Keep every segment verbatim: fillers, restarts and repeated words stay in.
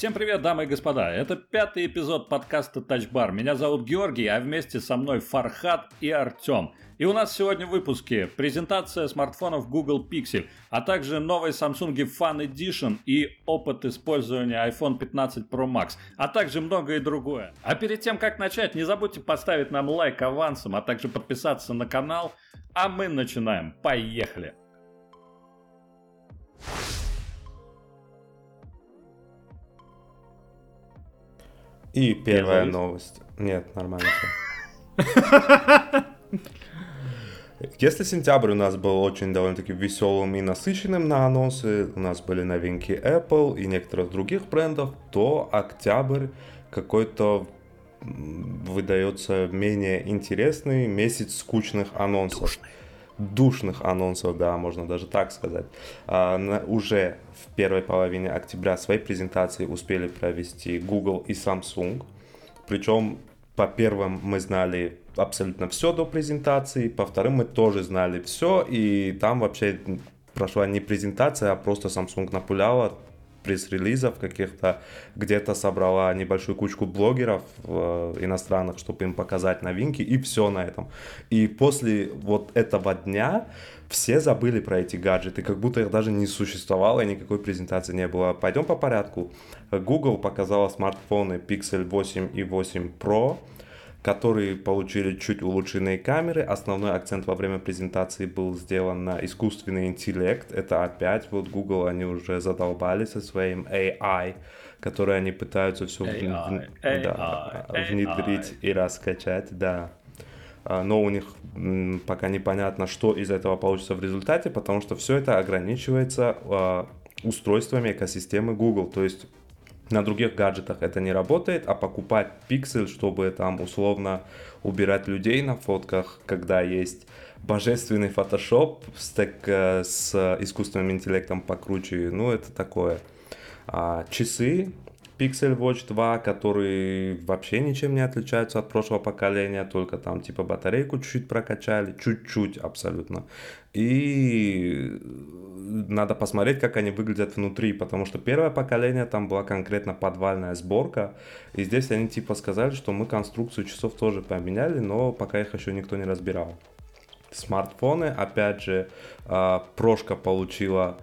Всем привет, дамы и господа! Это пятый эпизод подкаста Touch Bar. Меня зовут Георгий, а вместе со мной Фархад и Артем. И у нас сегодня в выпуске презентация смартфонов Google Pixel, а также новые Samsung Fan Edition и опыт использования iPhone пятнадцать Pro Max, а также многое другое. А перед тем, как начать, не забудьте поставить нам лайк авансом, а также подписаться на канал. А мы начинаем. Поехали! И первая новость. Нет, нормально все. Если сентябрь у нас был очень довольно-таки веселым и насыщенным на анонсы, у нас были новинки Apple и некоторых других брендов, то октябрь какой-то выдается менее интересный, месяц скучных анонсов. Душный. Душных анонсов, да, можно даже так сказать. А, на, уже в первой половине октября свои презентации успели провести Google и Samsung. Причем по первым мы знали абсолютно все до презентации, по вторым мы тоже знали все, и там вообще прошла не презентация, а просто Samsung напуляла пресс-релизов каких-то, где-то собрала небольшую кучку блогеров э, иностранных, чтобы им показать новинки, и все на этом. И после вот этого дня все забыли про эти гаджеты, как будто их даже не существовало и никакой презентации не было. Пойдем по порядку. Google показала смартфоны Pixel восемь и восемь Pro, которые получили чуть улучшенные камеры. Основной акцент во время презентации был сделан на искусственный интеллект. Это опять вот Google, они уже задолбали со своим эй ай, который они пытаются все эй ай, в... эй да, ай, внедрить эй ай. и раскачать, да. Но у них м, пока непонятно, что из этого получится в результате, потому что все это ограничивается э, устройствами экосистемы Google. То есть на других гаджетах это не работает, а покупать Pixel, чтобы там условно убирать людей на фотках, когда есть божественный Photoshop с, так, с искусственным интеллектом покруче, ну это такое. А часы Pixel Watch два, которые вообще ничем не отличаются от прошлого поколения, только там типа батарейку чуть-чуть прокачали, чуть-чуть абсолютно. И надо посмотреть, как они выглядят внутри, потому что первое поколение там была конкретно подвальная сборка, и здесь они типа сказали, что мы конструкцию часов тоже поменяли, но пока их еще никто не разбирал. Смартфоны, опять же, прошка получила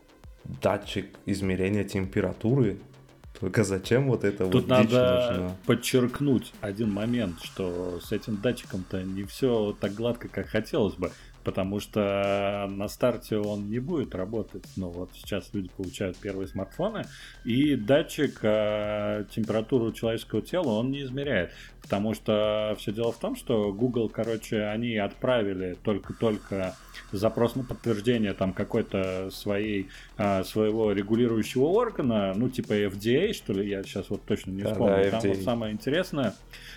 датчик измерения температуры. Только зачем вот это Тут вот дичь надо нужна? подчеркнуть один момент, что с этим датчиком-то не все так гладко, как хотелось бы, потому что на старте он не будет работать. Но вот сейчас люди получают первые смартфоны, и датчик э, температуру человеческого тела он не измеряет. Потому что все дело в том, что Google, короче, они отправили только-только запрос на подтверждение там какой-то своей, а, своего регулирующего органа, ну типа эф ди эй, что ли, я сейчас вот точно не вспомню. Да, да, там вот самое интересное,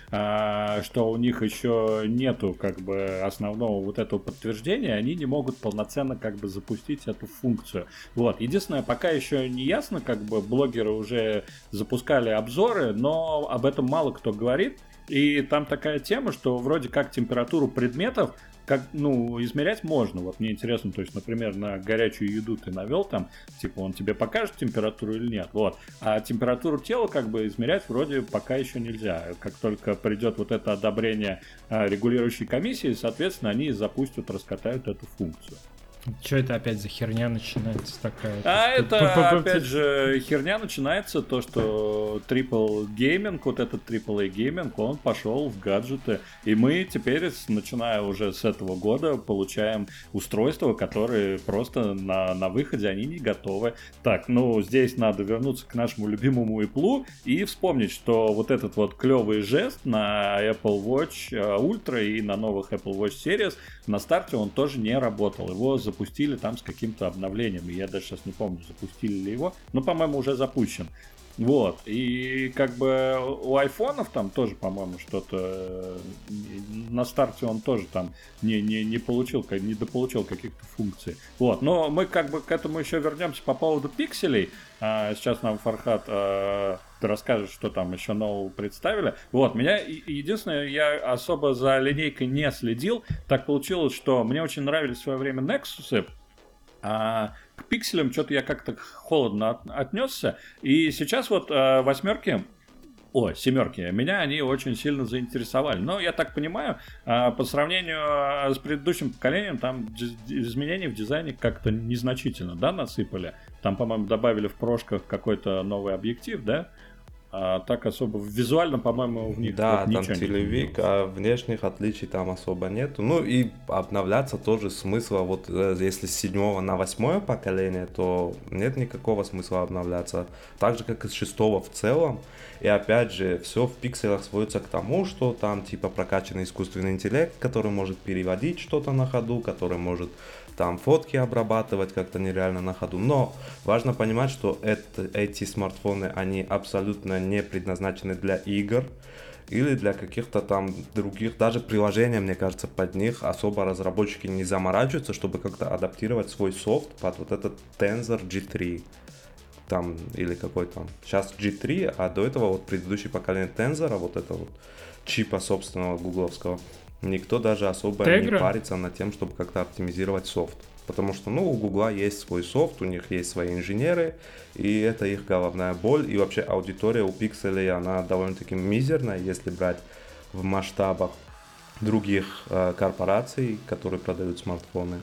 а, что у них еще нету как бы основного вот этого подтверждения, они не могут полноценно как бы запустить эту функцию. Вот, единственное, пока еще не ясно, как бы блогеры уже запускали обзоры, но об этом мало кто говорит. И там такая тема, что вроде как температуру предметов как, ну, измерять можно. Вот мне интересно, то есть, например, на горячую еду ты навел там, типа, он тебе покажет температуру или нет. Вот. А температуру тела как бы измерять вроде пока еще нельзя. Как только придет вот это одобрение а, регулирующей комиссии, соответственно, они запустят, раскатают эту функцию. Что это опять за херня начинается такая? А это опять же херня начинается, то что Triple Gaming, вот этот Triple A Gaming, он пошел в гаджеты. И мы теперь, начиная уже с этого года, получаем устройства, которые просто на, на выходе, они не готовы. Так, ну здесь надо вернуться к нашему любимому Apple и вспомнить, что вот этот вот клевый жест на Apple Watch Ultra и на новых Apple Watch Series на старте он тоже не работал. Его запустили там с каким-то обновлением. И я даже сейчас не помню, запустили ли его. Но, по-моему, уже запущен. Вот. И как бы у айфонов там тоже, по-моему, что-то на старте он тоже там не, не, не получил, не дополучил каких-то функций. Вот. Но мы как бы к этому еще вернемся по поводу пикселей. А, сейчас нам Фархад а, ты расскажешь, что там еще нового представили. Вот. Меня единственное, я особо за линейкой не следил. Так получилось, что мне очень нравились в свое время Nexus. А к пикселям что-то я как-то холодно от, отнесся. И сейчас вот э, восьмерки, о, семерки, меня они очень сильно заинтересовали. Но я так понимаю, э, по сравнению э, с предыдущим поколением, там диз- изменений в дизайне как-то незначительно, да, насыпали. Там, по-моему, добавили в прошках какой-то новый объектив, да? А так особо визуально, по-моему, в них Да, вот там ничего не телевик, изменилось. а внешних отличий там особо нету. Ну и обновляться тоже смысла, вот э, если с седьмого на восьмое поколение, то нет никакого смысла обновляться. Так же, как и с шестого в целом. И опять же, все в пикселях сводится к тому, что там типа прокачанный искусственный интеллект, который может переводить что-то на ходу, который может там фотки обрабатывать как-то нереально на ходу. Но важно понимать, что это, эти смартфоны, они абсолютно не предназначены для игр или для каких-то там других, даже приложения, мне кажется, под них особо разработчики не заморачиваются, чтобы как-то адаптировать свой софт под вот этот Tensor джи три. Там, или какой там, сейчас джи три, а до этого вот предыдущее поколение Tensor, вот это вот чипа собственного гугловского, никто даже особо Тегра? не парится над тем, чтобы как-то оптимизировать софт. Потому что, ну, у Гугла есть свой софт, у них есть свои инженеры, и это их головная боль. И вообще аудитория у пикселей, она довольно-таки мизерная, если брать в масштабах других э, корпораций, которые продают смартфоны.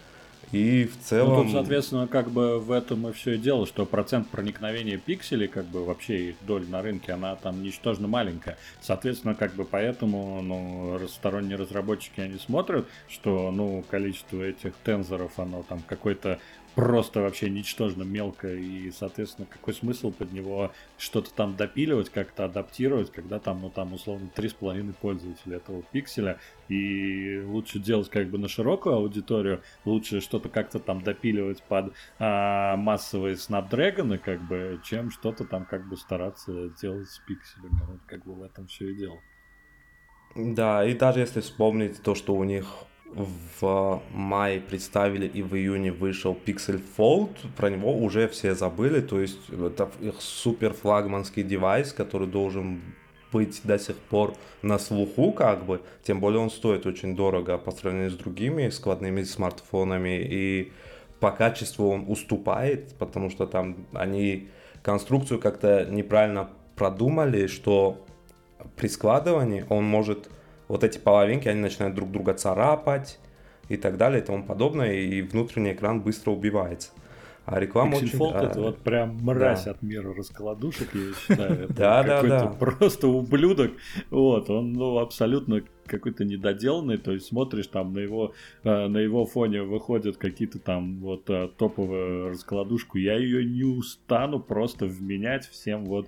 И в Ну, целом... тут, соответственно, как бы в этом и все и дело, что процент проникновения пикселей, как бы вообще их доля на рынке, она там ничтожно маленькая. Соответственно, как бы поэтому, ну, раз- сторонние разработчики, они смотрят, что, ну, количество этих тензоров, оно там какое-то просто вообще ничтожно мелкое, и, соответственно, какой смысл под него что-то там допиливать, как-то адаптировать, когда там, ну, там, условно, три с половиной пользователя этого пикселя, и лучше делать как бы на широкую аудиторию, лучше что-то как-то там допиливать под а, массовые снапдрагоны, как бы, чем что-то там как бы стараться делать с пикселями. Вот как бы в этом все и дело. Да, и даже если вспомнить то, что у них в мае представили и в июне вышел Pixel Fold, про него уже все забыли, то есть это их супер флагманский девайс, который должен быть до сих пор на слуху, как бы, тем более он стоит очень дорого по сравнению с другими складными смартфонами, и по качеству он уступает, потому что там они конструкцию как-то неправильно продумали, что при складывании он может, вот эти половинки, они начинают друг друга царапать и так далее и тому подобное, и внутренний экран быстро убивается. А реклама Pixel очень... Fold а, это вот прям мразь да. от мира раскладушек, я считаю. Это Да, да, какой-то да. просто ублюдок. Вот, он, ну, абсолютно какой-то недоделанный, то есть смотришь там на его, э, на его фоне выходят какие-то там вот э, топовые раскладушку, я ее не устану просто вменять всем вот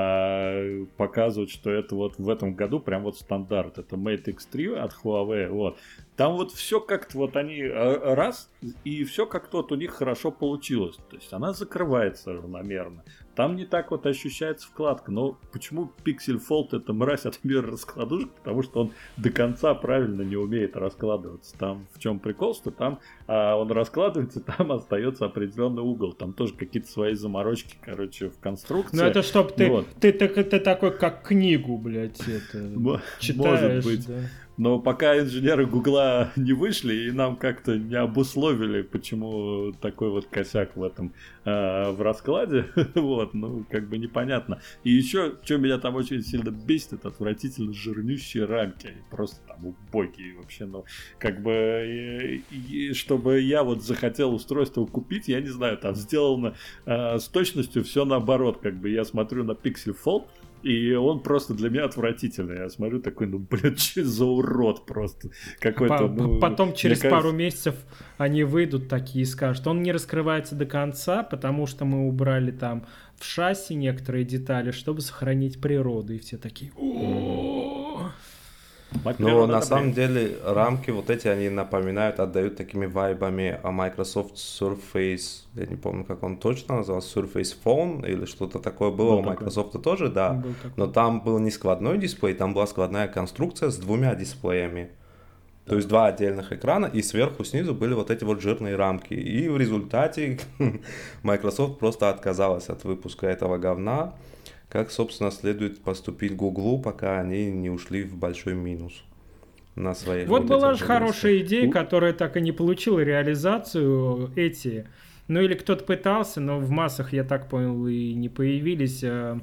э, показывать, что это вот в этом году прям вот стандарт, это Mate икс три от Huawei, вот. Там вот все как-то вот они э, раз, и все как-то вот у них хорошо получилось, то есть она закрывается равномерно. Там не так вот ощущается вкладка. Но почему Pixel Fold это мразь от мира раскладушек? Потому что он до конца правильно не умеет раскладываться. Там в чем прикол, что там а, он раскладывается, там остается определенный угол. Там тоже какие-то свои заморочки, короче, в конструкции. Ну это чтоб ты, Вот. ты, ты, ты такой, как книгу, блядь, это, М- читаешь. Может быть. Да. Но пока инженеры Гугла не вышли и нам как-то не обусловили, почему такой вот косяк в этом э, в раскладе, вот, ну, как бы непонятно. И еще, что меня там очень сильно бесит, это отвратительно жирнющие рамки. Они просто там убогие вообще, ну, как бы, и, и, чтобы я вот захотел устройство купить, я не знаю, там сделано э, с точностью все наоборот, как бы я смотрю на Pixel Fold, и он просто для меня отвратительный. Я смотрю такой, ну, блин, что за урод просто какой-то. По- Ну, Потом через мне пару кажется... месяцев они выйдут такие и скажут, он не раскрывается до конца, потому что мы убрали там в шасси некоторые детали, чтобы сохранить природу. И все такие... «О-о-о». Мать Но природа, на это самом бред. деле рамки вот эти, они напоминают, отдают такими вайбами а Microsoft Surface, я не помню, как он точно назывался, Surface Phone или что-то такое было Был у такой. Microsoft тоже, да. Был такой. Но там был не складной дисплей, там была складная конструкция с двумя дисплеями. То есть два отдельных экрана, и сверху снизу были вот эти вот жирные рамки. И в результате Microsoft просто отказалась от выпуска этого говна, как, собственно, следует поступить Гуглу, пока они не ушли в большой минус. на своей... Вот была же этих хорошая игрушках. идея, которая так и не получила реализацию, эти... Ну или кто-то пытался, но в массах, я так понял, и не появились а,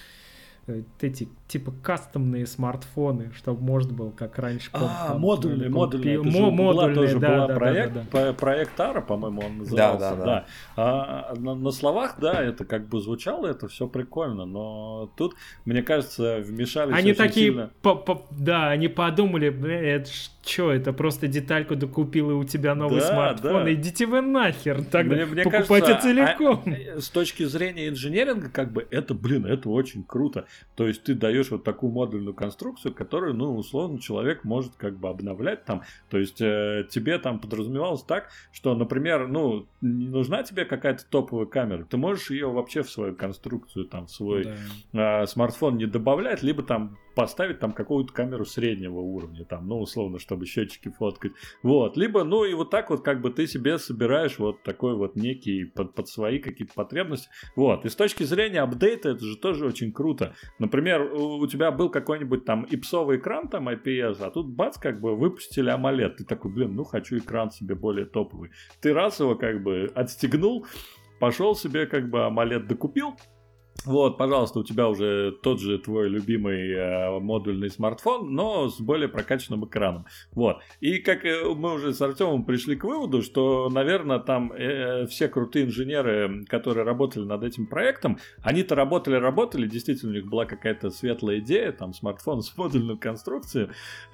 эти типа кастомные смартфоны, чтобы можно было, как раньше... А, там, модульные, там, модульные. пи- Это же у Гугла модульные, тоже да, была да, проект, да, да, да. по- проект Ара, по-моему, он назывался. Да, да, да. А, на, на словах, да, это как бы звучало, это все прикольно, но тут, мне кажется, вмешались Они очень такие, сильно. по- по- да, они подумали, бля, это что, это просто детальку докупил, и у тебя новый Да, смартфон, да. идите вы нахер, тогда Мне, мне покупайте кажется, целиком. а- с точки зрения инженеринга, как бы это, блин, это очень круто. То есть ты даешь вот такую модульную конструкцию, которую, ну, условно, человек может как бы обновлять там. То есть э, тебе там подразумевалось так, что, например, ну, не нужна тебе какая-то топовая камера, ты можешь ее вообще в свою конструкцию, там, в свой Да. э, смартфон не добавлять, либо там поставить там какую-то камеру среднего уровня, там, ну, условно, чтобы счетчики фоткать. Вот. Либо, ну, и вот так вот как бы ты себе собираешь вот такой вот некий под, под свои какие-то потребности. Вот. И с точки зрения апдейта это же тоже очень круто. Например, у, у тебя был какой-нибудь там ипсовый экран, там ай пи эс, а тут бац, как бы выпустили AMOLED. Ты такой, блин, ну, хочу экран себе более топовый. Ты раз его как бы отстегнул, пошел себе как бы AMOLED докупил. Вот, пожалуйста, у тебя уже тот же твой любимый э, модульный смартфон, но с более прокачанным экраном. Вот. И как э, мы уже с Артемом пришли к выводу, что, наверное, там э, все крутые инженеры, которые работали над этим проектом, они-то работали-работали, действительно, у них была какая-то светлая идея, там, смартфон с модульной конструкцией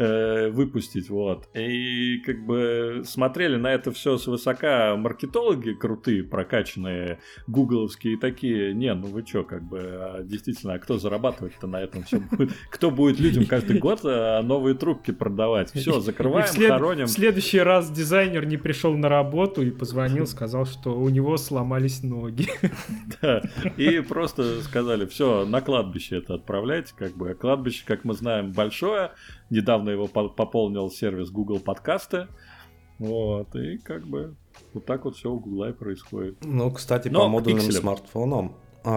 э, выпустить, вот. И как бы смотрели на это все свысока маркетологи крутые, прокачанные, гугловские такие, не, ну вы чё, как бы, действительно, а кто зарабатывать-то на этом все будет? Кто будет людям каждый год новые трубки продавать? Все, закрываем, И в след- хороним. В следующий раз дизайнер не пришел на работу и позвонил, сказал, что у него сломались ноги. Да, и просто сказали, все, на кладбище это отправляйте, как бы. Кладбище, как мы знаем, большое. Недавно его по- пополнил сервис Google подкасты. Вот, и как бы вот так вот все у Гугла и происходит. Ну, кстати, Но по к модульным пикселям. смартфонам,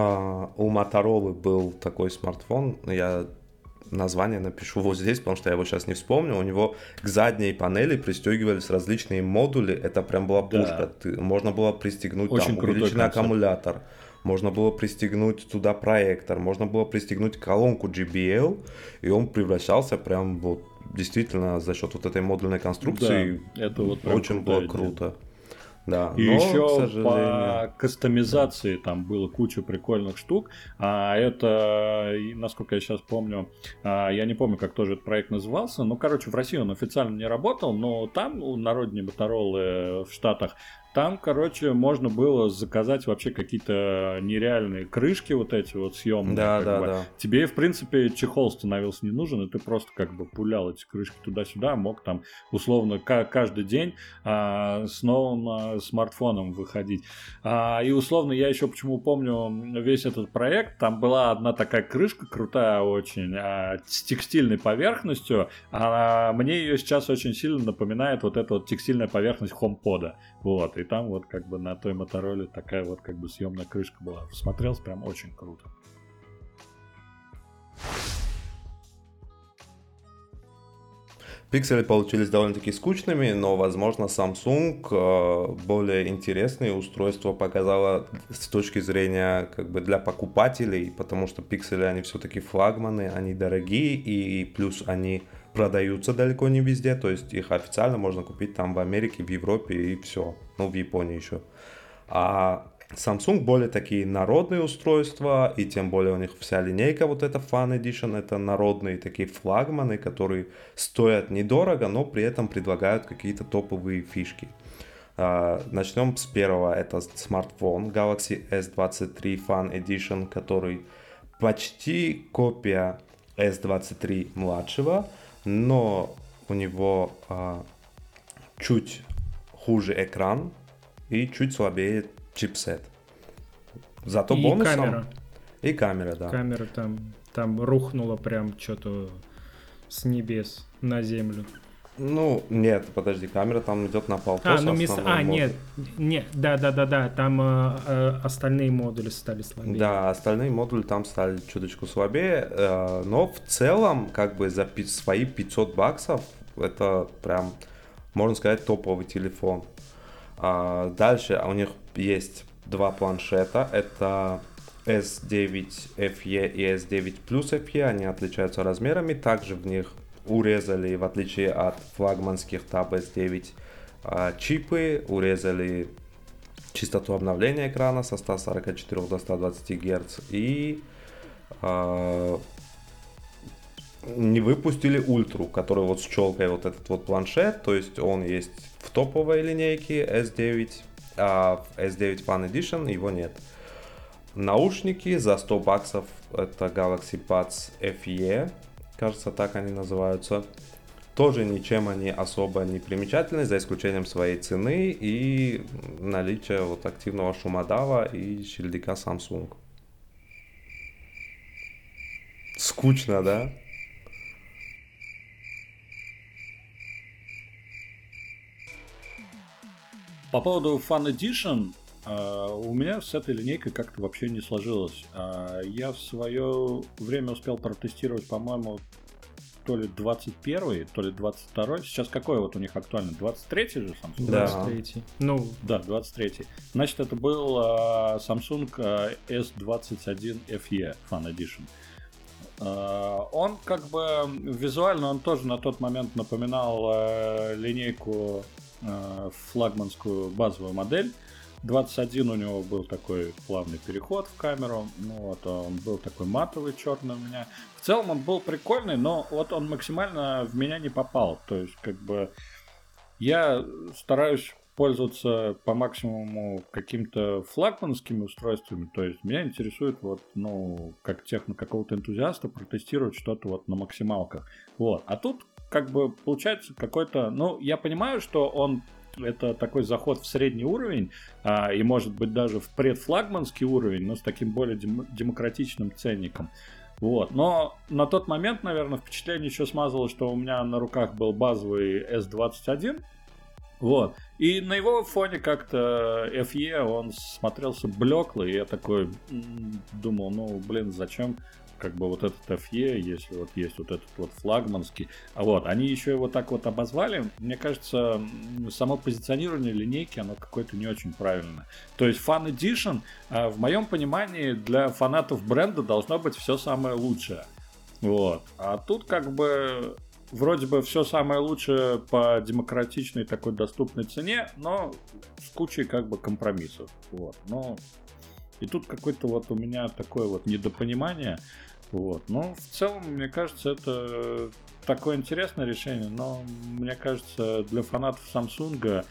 а, у Motorola был такой смартфон, я название напишу вот здесь, потому что я его сейчас не вспомню. У него к задней панели пристегивались различные модули, это прям была Да. пушка. Ты- можно было пристегнуть Очень там крутой увеличенный концепт. аккумулятор, можно было пристегнуть туда проектор, можно было пристегнуть колонку джей би эл, и он превращался прям вот действительно за счет вот этой модульной конструкции. Да, это вот прям очень крутая было идея. круто. Да, И но, к еще сожалению... по кастомизации там было куча прикольных штук. А это, и, насколько я сейчас помню, а, я не помню, как тоже этот проект назывался, но, короче, в России он официально не работал, но там у народней Моторолы в Штатах, там, короче, можно было заказать вообще какие-то нереальные крышки вот эти вот съемные. Да, как да, бы. да. Тебе, в принципе, чехол становился не нужен, и ты просто как бы пулял эти крышки туда-сюда, мог там условно к- каждый день а, с новым а, смартфоном выходить. А, и условно я еще почему помню весь этот проект, там была одна такая крышка крутая очень, а, с текстильной поверхностью, а мне ее сейчас очень сильно напоминает вот эта вот текстильная поверхность HomePod. Вот, и там вот как бы на той Мотороле такая вот как бы съемная крышка была. Смотрелось прям очень круто. Пиксели получились довольно-таки скучными, но, возможно, Samsung э, более интересные устройства показала с точки зрения как бы для покупателей, потому что пиксели, они все-таки флагманы, они дорогие, и плюс они продаются далеко не везде, то есть их официально можно купить там в Америке, в Европе и все, ну в Японии еще. А Samsung более такие народные устройства, и тем более у них вся линейка вот эта Fan Edition, это народные такие флагманы, которые стоят недорого, но при этом предлагают какие-то топовые фишки. А, начнем с первого, это смартфон Galaxy эс двадцать три Fan Edition, который почти копия эс двадцать три младшего, но у него а, чуть хуже экран и чуть слабее чипсет. Зато И бонусом... камера. И камера, да. Камера там, там рухнула прям что-то с небес на землю. Ну, нет, подожди, камера там идет на полтос. А, ну мис... основной А, модуль. нет, нет, да-да-да-да, там э, э, остальные модули стали слабее. Да, остальные модули там стали чуточку слабее, э, но в целом, как бы за пи- свои пятьсот баксов это прям, можно сказать, топовый телефон. А дальше у них есть два планшета, это эс девять эф и и эс девять плюс эф и, они отличаются размерами, также в них урезали, в отличие от флагманских Tab эс девять, чипы, урезали частоту обновления экрана со ста сорока четырёх до ста двадцати Гц и э, не выпустили ультру, который вот с челкой вот этот вот планшет, то есть он есть в топовой линейке эс девять, а в эс девять Fan Edition его нет. Наушники за сто баксов, это Galaxy Buds эф и, кажется, так они называются. Тоже ничем они особо не примечательны, за исключением своей цены и наличия вот активного шумодава и щельдяка Samsung. Скучно, да? По поводу Fan Edition, uh, у меня с этой линейкой как-то вообще не сложилось. Uh, я в свое время успел протестировать, по-моему, то ли двадцать первый, то ли двадцать второй. Сейчас какой вот у них актуальный? двадцать третий же Samsung? Да. двадцать третий. Ну, да, двадцать третий. Значит, это был uh, Samsung uh, эс двадцать один эф и Fan Edition. Uh, он как бы визуально, он тоже на тот момент напоминал uh, линейку uh, флагманскую базовую модель. двадцать один у него был такой плавный переход в камеру, ну вот он был такой матовый, черный у меня. В целом он был прикольный, но вот он максимально в меня не попал. То есть как бы я стараюсь пользоваться по максимуму какими-то флагманскими устройствами. То есть меня интересует вот, ну, как техно какого-то энтузиаста протестировать что-то вот на максималках. Вот. А тут как бы получается какой-то, ну, я понимаю, что он это такой заход в средний уровень, а, и может быть даже в предфлагманский уровень, но с таким более дем- демократичным ценником. Вот. Но на тот момент, наверное, впечатление еще смазалось, что у меня на руках был базовый эс двадцать один. Вот. И на его фоне как-то эф и он смотрелся блекло, и я такой м- думал, ну, блин, зачем как бы вот этот эф и, если вот есть вот этот вот флагманский. А вот, они еще его так вот обозвали. Мне кажется, само позиционирование линейки, оно какое-то не очень правильное. То есть Fan Edition, в моем понимании, для фанатов бренда должно быть все самое лучшее. Вот. А тут как бы вроде бы все самое лучшее по демократичной такой доступной цене, но с кучей как бы компромиссов. Вот. Но и тут какое-то вот у меня такое вот недопонимание. Вот. Но в целом, мне кажется, это такое интересное решение, но мне кажется, для фанатов Samsung,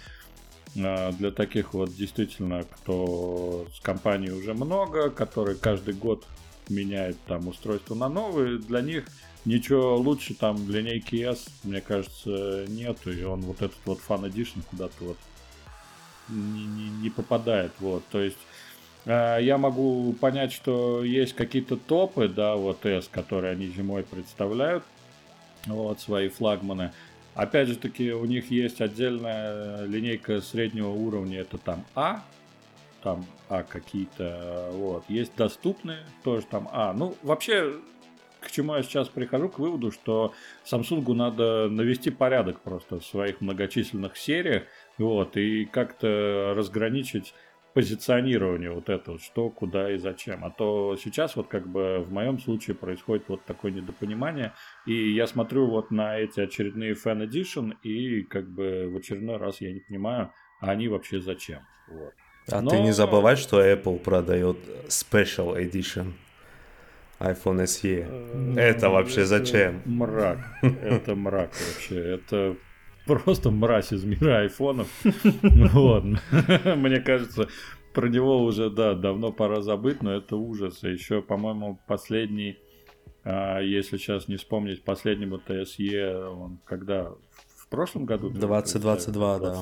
для таких вот действительно, кто с компанией уже много, которые каждый год меняют там устройство на новые, для них ничего лучше там линейки S, мне кажется, нету, и он вот этот вот Fan Edition куда-то вот не, не, не попадает, вот, то есть я могу понять, что есть какие-то топы, да, вот S, которые они зимой представляют, вот, свои флагманы. Опять же таки, у них есть отдельная линейка среднего уровня, это там А, там А какие-то, вот. Есть доступные, тоже там А. Ну, вообще, к чему я сейчас прихожу, к выводу, что Samsung надо навести порядок просто в своих многочисленных сериях, вот, и как-то разграничить позиционирование вот это вот, что, куда и зачем. А то сейчас вот как бы в моем случае происходит вот такое недопонимание, и я смотрю вот на эти очередные Fan Edition, и как бы в очередной раз я не понимаю, а они вообще зачем. Вот. А Но... ты не забывай, что Apple продает Special Edition iPhone эс и. Это вообще зачем? Мрак. Это мрак вообще. Это просто мразь из мира айфонов. Вот. Мне кажется, про него уже, да, давно пора забыть, но это ужас. И еще, по-моему, последний, если сейчас не вспомнить, последний вот эс и, он когда? В прошлом году? двадцать двадцать два, да.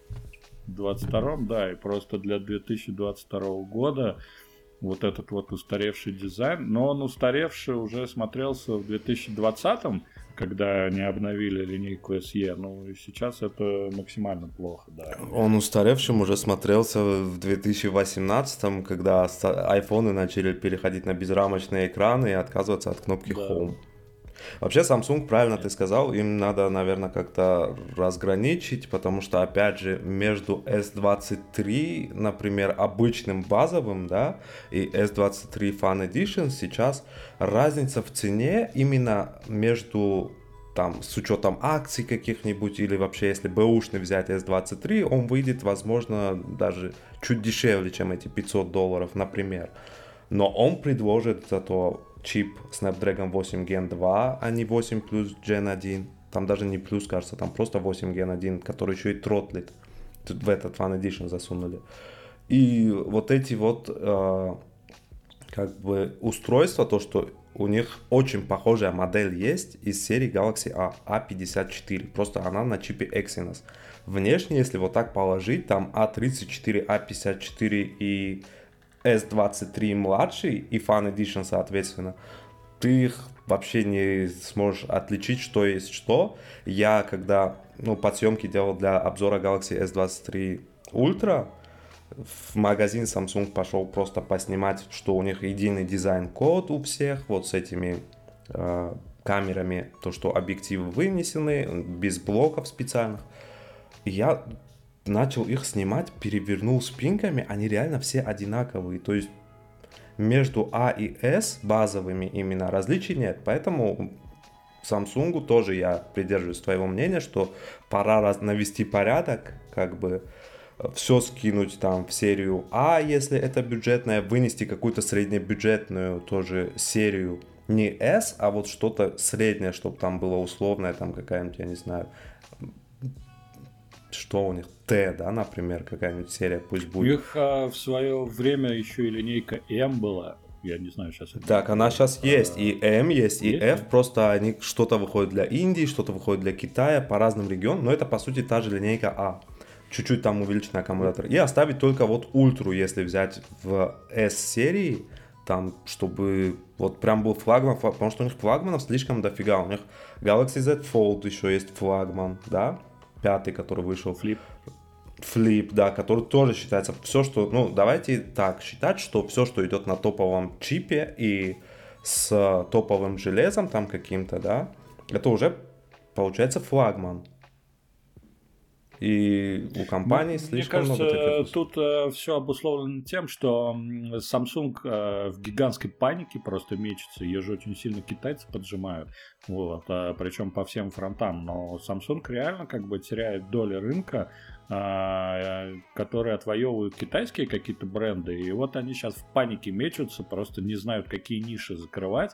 В двадцать втором, да, и просто для две тысячи двадцать второго года вот этот вот устаревший дизайн, но он устаревший уже смотрелся в две тысячи двадцатом, когда они обновили линейку эс и, ну и сейчас это максимально плохо, да. Он устаревшим уже смотрелся в две тысячи восемнадцатом, когда айфоны начали переходить на безрамочные экраны и отказываться от кнопки да. Home. Вообще, Samsung, правильно ты сказал, им надо, наверное, как-то разграничить, потому что, опять же, между эс двадцать три, например, обычным базовым, да, и эс двадцать три Fan Edition сейчас разница в цене именно между, там, с учетом акций каких-нибудь, или вообще, если бэушный взять эс двадцать три, он выйдет, возможно, даже чуть дешевле, чем эти пятьсот долларов, например. Но он предложит зато чип Snapdragon восемь ген два, а не восемь плюс Gen один. Там даже не плюс, кажется, там просто восемь ген один, который еще и тротлит. Тут в этот Fan Edition засунули. И вот эти вот э, как бы устройства, то, что у них очень похожая модель есть из серии Galaxy A, а пятьдесят четыре. Просто она на чипе Exynos. Внешне, если вот так положить, там а тридцать четыре, а пятьдесят четыре и эс двадцать три младший и Fan Edition, соответственно, ты их вообще не сможешь отличить, что есть что. Я, когда ну, подсъемки делал для обзора Galaxy эс двадцать три Ultra, в магазин Samsung пошел просто поснимать, что у них единый дизайн-код у всех, вот с этими э, камерами, то, что объективы вынесены, без блоков специальных. И я начал их снимать, перевернул спинками, они реально все одинаковые. То есть между А и С базовыми именно различий нет. Поэтому Samsung тоже я придерживаюсь твоего мнения, что пора раз навести порядок, как бы все скинуть там в серию А, если это бюджетная, вынести какую-то среднебюджетную тоже серию. Не S, а вот что-то среднее, чтобы там было условное, там какая-нибудь, я не знаю, что у них, Т, да, например, какая-нибудь серия пусть будет. У них а, в свое время еще и линейка М была. Я не знаю, сейчас это... Так, она сейчас а... есть. И М есть, и есть? F. Просто они что-то выходит для Индии, что-то выходит для Китая, по разным регионам. Но это, по сути, та же линейка А. Чуть-чуть там увеличенный аккумулятор. И оставить только вот ультру, если взять в S-серии, там, чтобы вот прям был флагман, потому что у них флагманов слишком дофига. У них Galaxy Z Fold еще есть флагман, да? Пятый, который вышел. Флип. Флип, да, который тоже считается все, что, ну, давайте так считать, что все, что идет на топовом чипе и с топовым железом там каким-то, да, это уже получается флагман. И у компании слишком Мне кажется, много таких. тут э, все обусловлено тем, что Samsung э, в гигантской панике просто мечется. Ее же очень сильно китайцы поджимают. Вот, а, причем по всем фронтам. Но Samsung реально как бы теряет доли рынка, а, которые отвоевывают китайские какие-то бренды. И вот они сейчас в панике мечутся, просто не знают, какие ниши закрывать.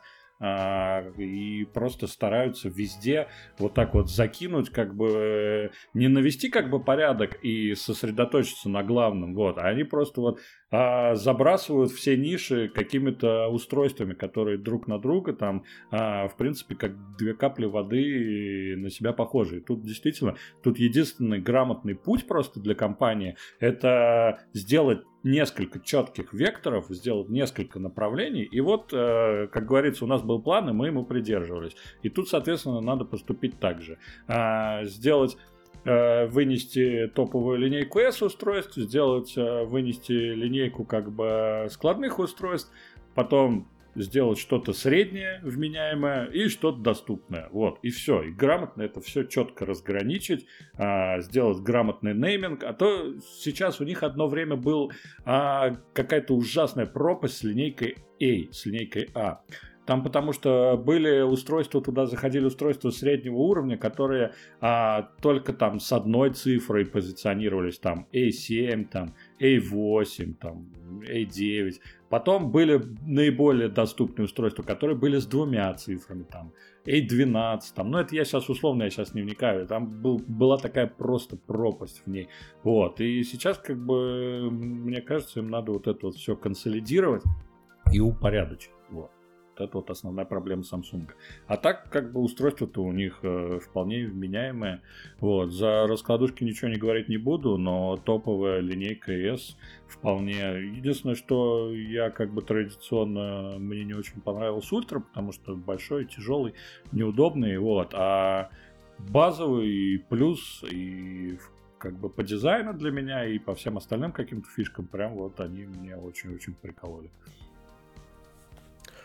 И просто стараются везде вот так вот закинуть, как бы не навести как бы порядок и сосредоточиться на главном, вот, а они просто вот а, забрасывают все ниши какими-то устройствами, которые друг на друга там, а, в принципе, как две капли воды на себя похожи. И тут действительно, тут единственный грамотный путь просто для компании — это сделать несколько четких векторов, сделать несколько направлений, и вот, э, как говорится, у нас был план, и мы ему придерживались. И тут, соответственно, надо поступить так же. А, сделать, э, вынести топовую линейку S устройств, сделать, э, вынести линейку как бы складных устройств, потом сделать что-то среднее, вменяемое, и что-то доступное. Вот, и все. И грамотно это все четко разграничить, а, сделать грамотный нейминг. А то сейчас у них одно время был а, какая-то ужасная пропасть с линейкой A, с линейкой А. Там потому что были устройства, туда заходили устройства среднего уровня, которые а, только там с одной цифрой позиционировались, там А семь, там А восемь, там А девять. Потом были наиболее доступные устройства, которые были с двумя цифрами, там А двенадцать, там, ну это я сейчас условно, я сейчас не вникаю, там был, была такая просто пропасть в ней. Вот, и сейчас как бы, мне кажется, им надо вот это вот все консолидировать и упорядочить. Вот. Это вот основная проблема Samsung. А так, как бы, устройство-то у них э, вполне вменяемое. Вот. За раскладушки ничего не говорить не буду, но топовая линейка S вполне. Единственное, что я как бы традиционно, мне не очень понравился Ультра, потому что большой, тяжелый, неудобный. Вот. А базовый плюс и как бы по дизайну для меня и по всем остальным каким-то фишкам, прям вот они меня очень-очень прикололи.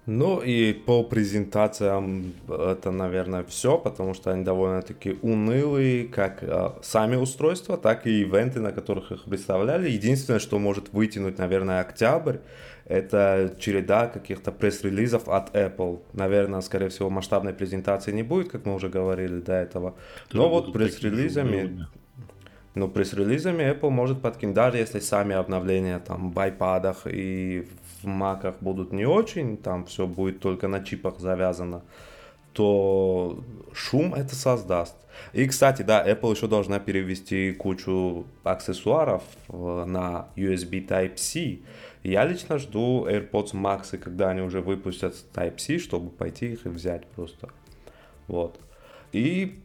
Ну и по презентациям это, наверное, все, потому что они довольно-таки унылые, как э, сами устройства, так и ивенты, на которых их представляли. Единственное, что может вытянуть, наверное, октябрь, это череда каких-то пресс-релизов от Apple. Наверное, скорее всего, масштабной презентации не будет, как мы уже говорили до этого. Но вот пресс-релизами... Но пресс-релизами Apple может подкинуть, даже если сами обновления там в iPad'ах и в Mac'ах будут не очень, там все будет только на чипах завязано, то шум это создаст. И, кстати, да, Apple еще должна перевести кучу аксессуаров на ю эс би Type-C. Я лично жду AirPods Max, когда они уже выпустят Type-C, чтобы пойти их и взять просто. Вот. И...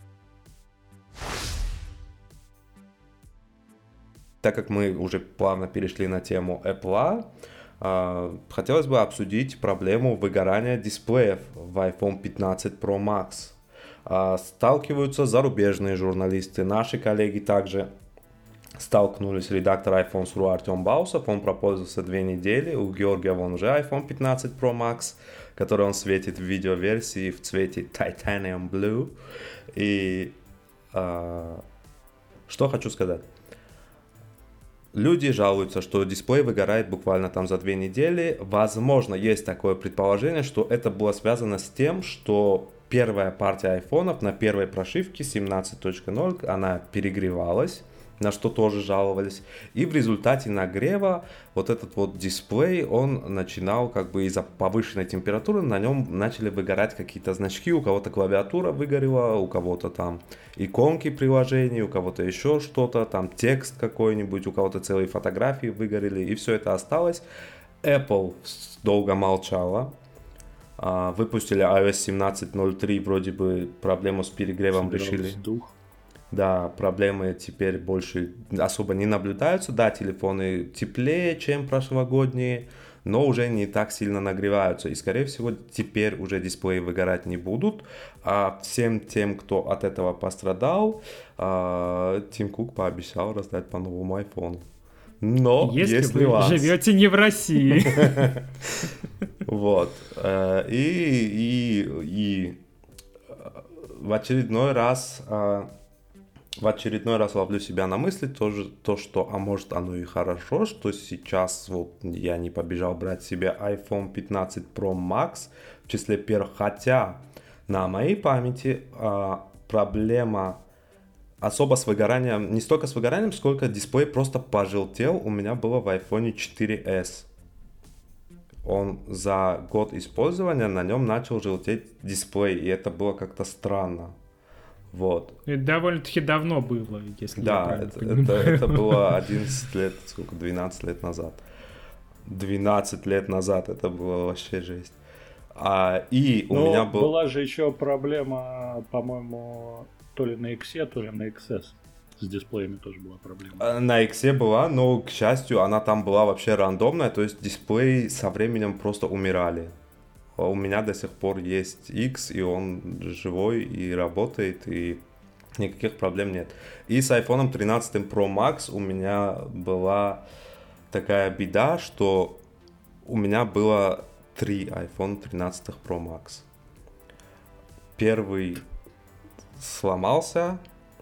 Так как мы уже плавно перешли на тему Apple, хотелось бы обсудить проблему выгорания дисплеев в iPhone пятнадцать Pro Max. Сталкиваются зарубежные журналисты, наши коллеги также столкнулись. Редактор iPhones точка ру Артем Баусов, он пропользовался две недели, у Георгия вон уже iPhone пятнадцать Pro Max, который он светит в видеоверсии в цвете Titanium Blue. И а, что хочу сказать. Люди жалуются, что дисплей выгорает буквально там за две недели. Возможно, есть такое предположение, что это было связано с тем, что первая партия айфонов на первой прошивке семнадцать точка ноль, она перегревалась, на что тоже жаловались. И в результате нагрева вот этот вот дисплей, он начинал как бы из-за повышенной температуры, на нем начали выгорать какие-то значки. У кого-то клавиатура выгорела, у кого-то там иконки приложений, у кого-то еще что-то, там текст какой-нибудь, у кого-то целые фотографии выгорели, и все это осталось. Apple долго молчала. Выпустили ай о эс семнадцать ноль три, вроде бы проблему с перегревом Собирался решили. дух. Да, проблемы теперь больше особо не наблюдаются. Да, телефоны теплее, чем прошлогодние, но уже не так сильно нагреваются. И, скорее всего, теперь уже дисплеи выгорать не будут. А всем тем, кто от этого пострадал, Тим Кук пообещал раздать по новому айфону. Но если есть вы нюанс. живете не в России. Вот. И, и, и в очередной раз... В очередной раз ловлю себя на мысли тоже то, что, а может оно и хорошо, что сейчас вот я не побежал брать себе iPhone пятнадцать Pro Max в числе первых, хотя на моей памяти а, проблема особо с выгоранием, не столько с выгоранием, сколько дисплей просто пожелтел у меня было в iPhone четыре эс. Он за год использования на нем начал желтеть дисплей, и это было как-то странно. Вот. Это довольно-таки давно было, если да, я правильно это, понимаю. это, это было одиннадцать лет, сколько, двенадцать лет назад. двенадцать лет назад это было вообще жесть. А, и у Но меня был... была же еще проблема, по-моему, то ли на X, то ли на икс эс. С дисплеями тоже была проблема. На X была, но, к счастью, она там была вообще рандомная, то есть дисплеи со временем просто умирали. У меня до сих пор есть X, и он живой и работает, и никаких проблем нет. И с iPhone тринадцать Pro Max у меня была такая беда, что у меня было три iPhone тринадцать Pro Max. Первый сломался,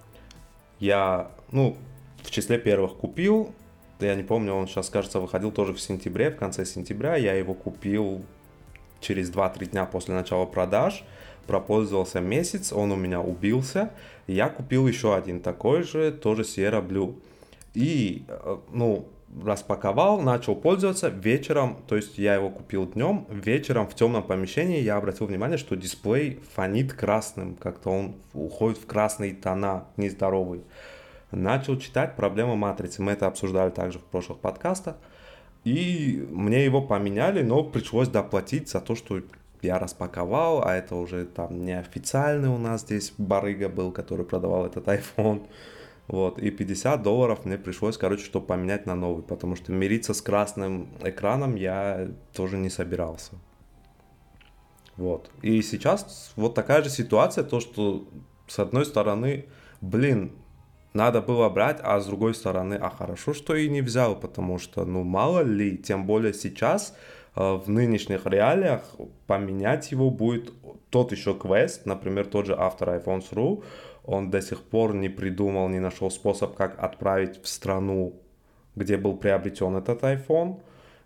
я, ну, в числе первых купил, я не помню, он сейчас, кажется, выходил тоже в сентябре, в конце сентября, я его купил через два-три дня после начала продаж, пропользовался месяц, он у меня убился, я купил еще один такой же, тоже Sierra Blue. И, ну, распаковал, начал пользоваться вечером, то есть я его купил днем, вечером в темном помещении я обратил внимание, что дисплей фонит красным, как-то он уходит в красные тона, нездоровый. Начал читать проблемы матрицы, мы это обсуждали также в прошлых подкастах. И мне его поменяли, но пришлось доплатить за то, что я распаковал, а это уже там неофициальный у нас здесь барыга был, который продавал этот iPhone. Вот, и пятьдесят долларов мне пришлось, короче, чтобы поменять на новый, потому что мириться с красным экраном я тоже не собирался. Вот, и сейчас вот такая же ситуация, то, что с одной стороны, блин, надо было брать, а с другой стороны, а хорошо, что и не взял, потому что, ну, мало ли, тем более сейчас в нынешних реалиях поменять его будет тот еще квест, например, тот же автор айфонс точка ру, он до сих пор не придумал, не нашел способ, как отправить в страну, где был приобретен этот iPhone.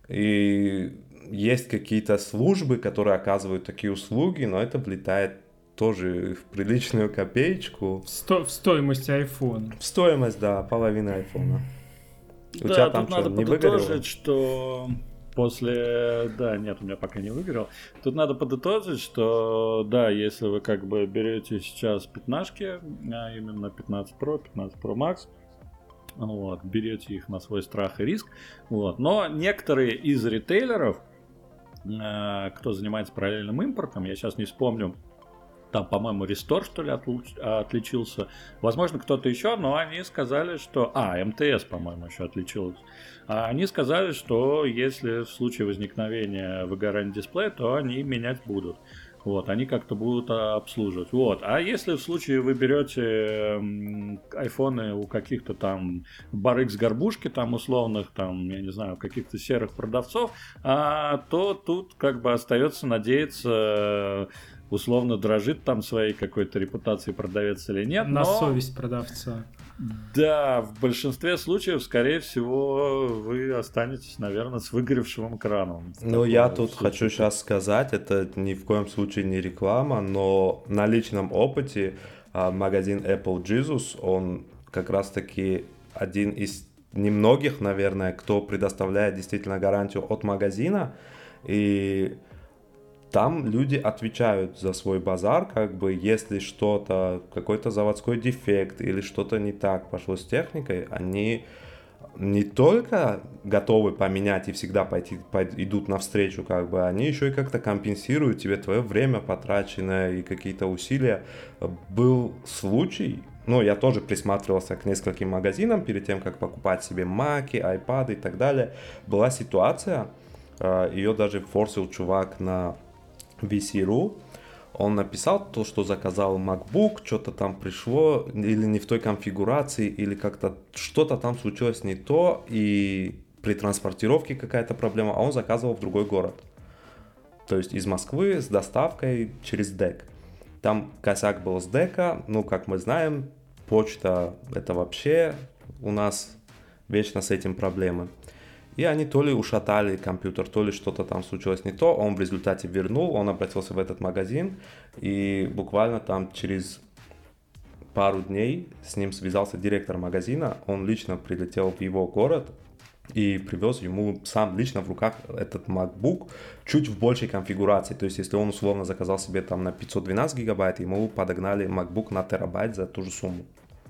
И есть какие-то службы, которые оказывают такие услуги, но это влетает тоже в приличную копеечку. В, сто- в стоимость айфона. В стоимость, да, половины айфона. У да, тебя там тут что, надо не выгорело? подытожить, что после... Да, нет, у меня пока не выгорел. Тут надо подытожить, что да, если вы как бы берете сейчас пятнашки, а именно пятнадцать про, пятнадцать про макс, вот, берете их на свой страх и риск, вот. Но некоторые из ритейлеров, э, кто занимается параллельным импортом, я сейчас не вспомню, там, по-моему, Restore, что ли, отлуч... отличился. Возможно, кто-то еще, но они сказали, что... А, эм тэ эс, по-моему, еще отличилась. А они сказали, что если в случае возникновения выгорания дисплея, то они менять будут. Вот, они как-то будут обслуживать. Вот. А если в случае вы берете айфоны у каких-то там барыг с горбушки, там условных, там, я не знаю, каких-то серых продавцов, а, то тут как бы остается надеяться... условно дрожит там своей какой-то репутацией продавец или нет. На но... совесть продавца. Да, в большинстве случаев, скорее всего, вы останетесь, наверное, с выгоревшим экраном. Ну, я тут случае. хочу сейчас сказать, это ни в коем случае не реклама, но на личном опыте магазин Apple Jesus, он как раз-таки один из немногих, наверное, кто предоставляет действительно гарантию от магазина, и там люди отвечают за свой базар, как бы, если что-то, какой-то заводской дефект или что-то не так пошло с техникой, они не только готовы поменять и всегда пойти, идут навстречу, как бы, они еще и как-то компенсируют тебе твое время потраченное и какие-то усилия. Был случай, ну, я тоже присматривался к нескольким магазинам перед тем, как покупать себе маки, айпады и так далее. Была ситуация, ее даже форсил чувак на ви си точка ру, он написал то, что заказал MacBook, что-то там пришло, или не в той конфигурации, или как-то что-то там случилось не то, и при транспортировке какая-то проблема, а он заказывал в другой город. То есть из Москвы с доставкой через ДЭК. Там косяк был с ДЭКа, ну, как мы знаем, почта это вообще у нас вечно с этим проблемы. И они то ли ушатали компьютер, то ли что-то там случилось не то. Он в результате вернул, он обратился в этот магазин. И буквально там через пару дней с ним связался директор магазина. Он лично прилетел в его город и привез ему сам лично в руках этот MacBook чуть в большей конфигурации. То есть, если он условно заказал себе там на пятьсот двенадцать гигабайт, ему подогнали MacBook на терабайт за ту же сумму.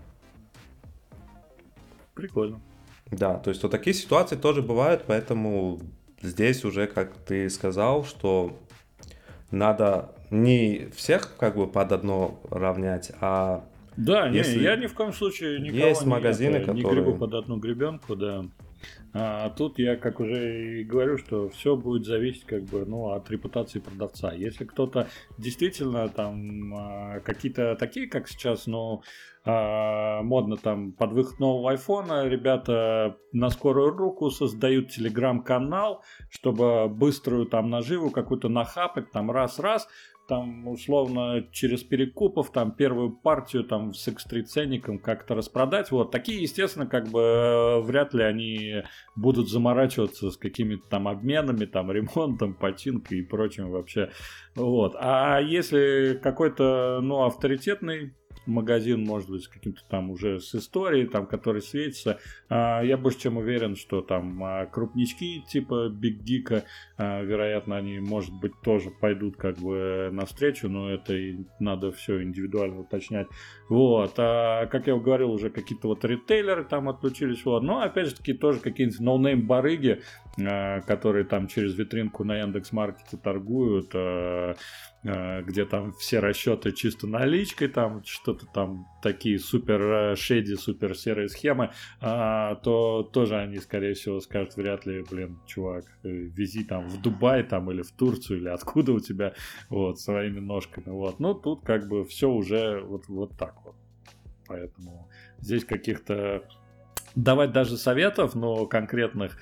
Прикольно. Да, то есть вот такие ситуации тоже бывают, поэтому здесь уже, как ты сказал, что надо не всех как бы под одно равнять, а... Да, если не, я ни в коем случае никого есть не, магазины, это, которые... не гребу под одну гребенку, да. А тут я, как уже и говорю, что все будет зависеть как бы, ну, от репутации продавца. Если кто-то действительно там какие-то такие, как сейчас, ну, модно там под выход нового айфона, ребята на скорую руку создают телеграм-канал, чтобы быструю там наживу какую-то нахапать, там раз-раз, там условно через перекупов там первую партию там с икс три ценником как-то распродать. Вот такие, естественно, как бы вряд ли они будут заморачиваться с какими-то там обменами, там ремонтом, починкой и прочим вообще. Вот. А если какой-то, ну, авторитетный магазин, может быть, с каким-то там уже с историей, там, который светится, я больше чем уверен, что там крупнички типа Биг Гика, вероятно, они, может быть, тоже пойдут как бы навстречу, но это и надо все индивидуально уточнять. Вот. А, как я говорил, уже какие-то вот ритейлеры там отключились, вот. Но, опять же таки, тоже какие-нибудь ноунейм барыги, которые там через витринку на Яндекс.Маркете торгуют, где там все расчеты чисто наличкой, там что-то там такие супер шеди, супер серые схемы, а, то тоже они, скорее всего, скажут, вряд ли, блин, чувак, вези там в Дубай там или в Турцию, или откуда у тебя, вот, своими ножками, вот. Ну, тут как бы все уже вот, вот так вот. Поэтому здесь каких-то давать даже советов, но конкретных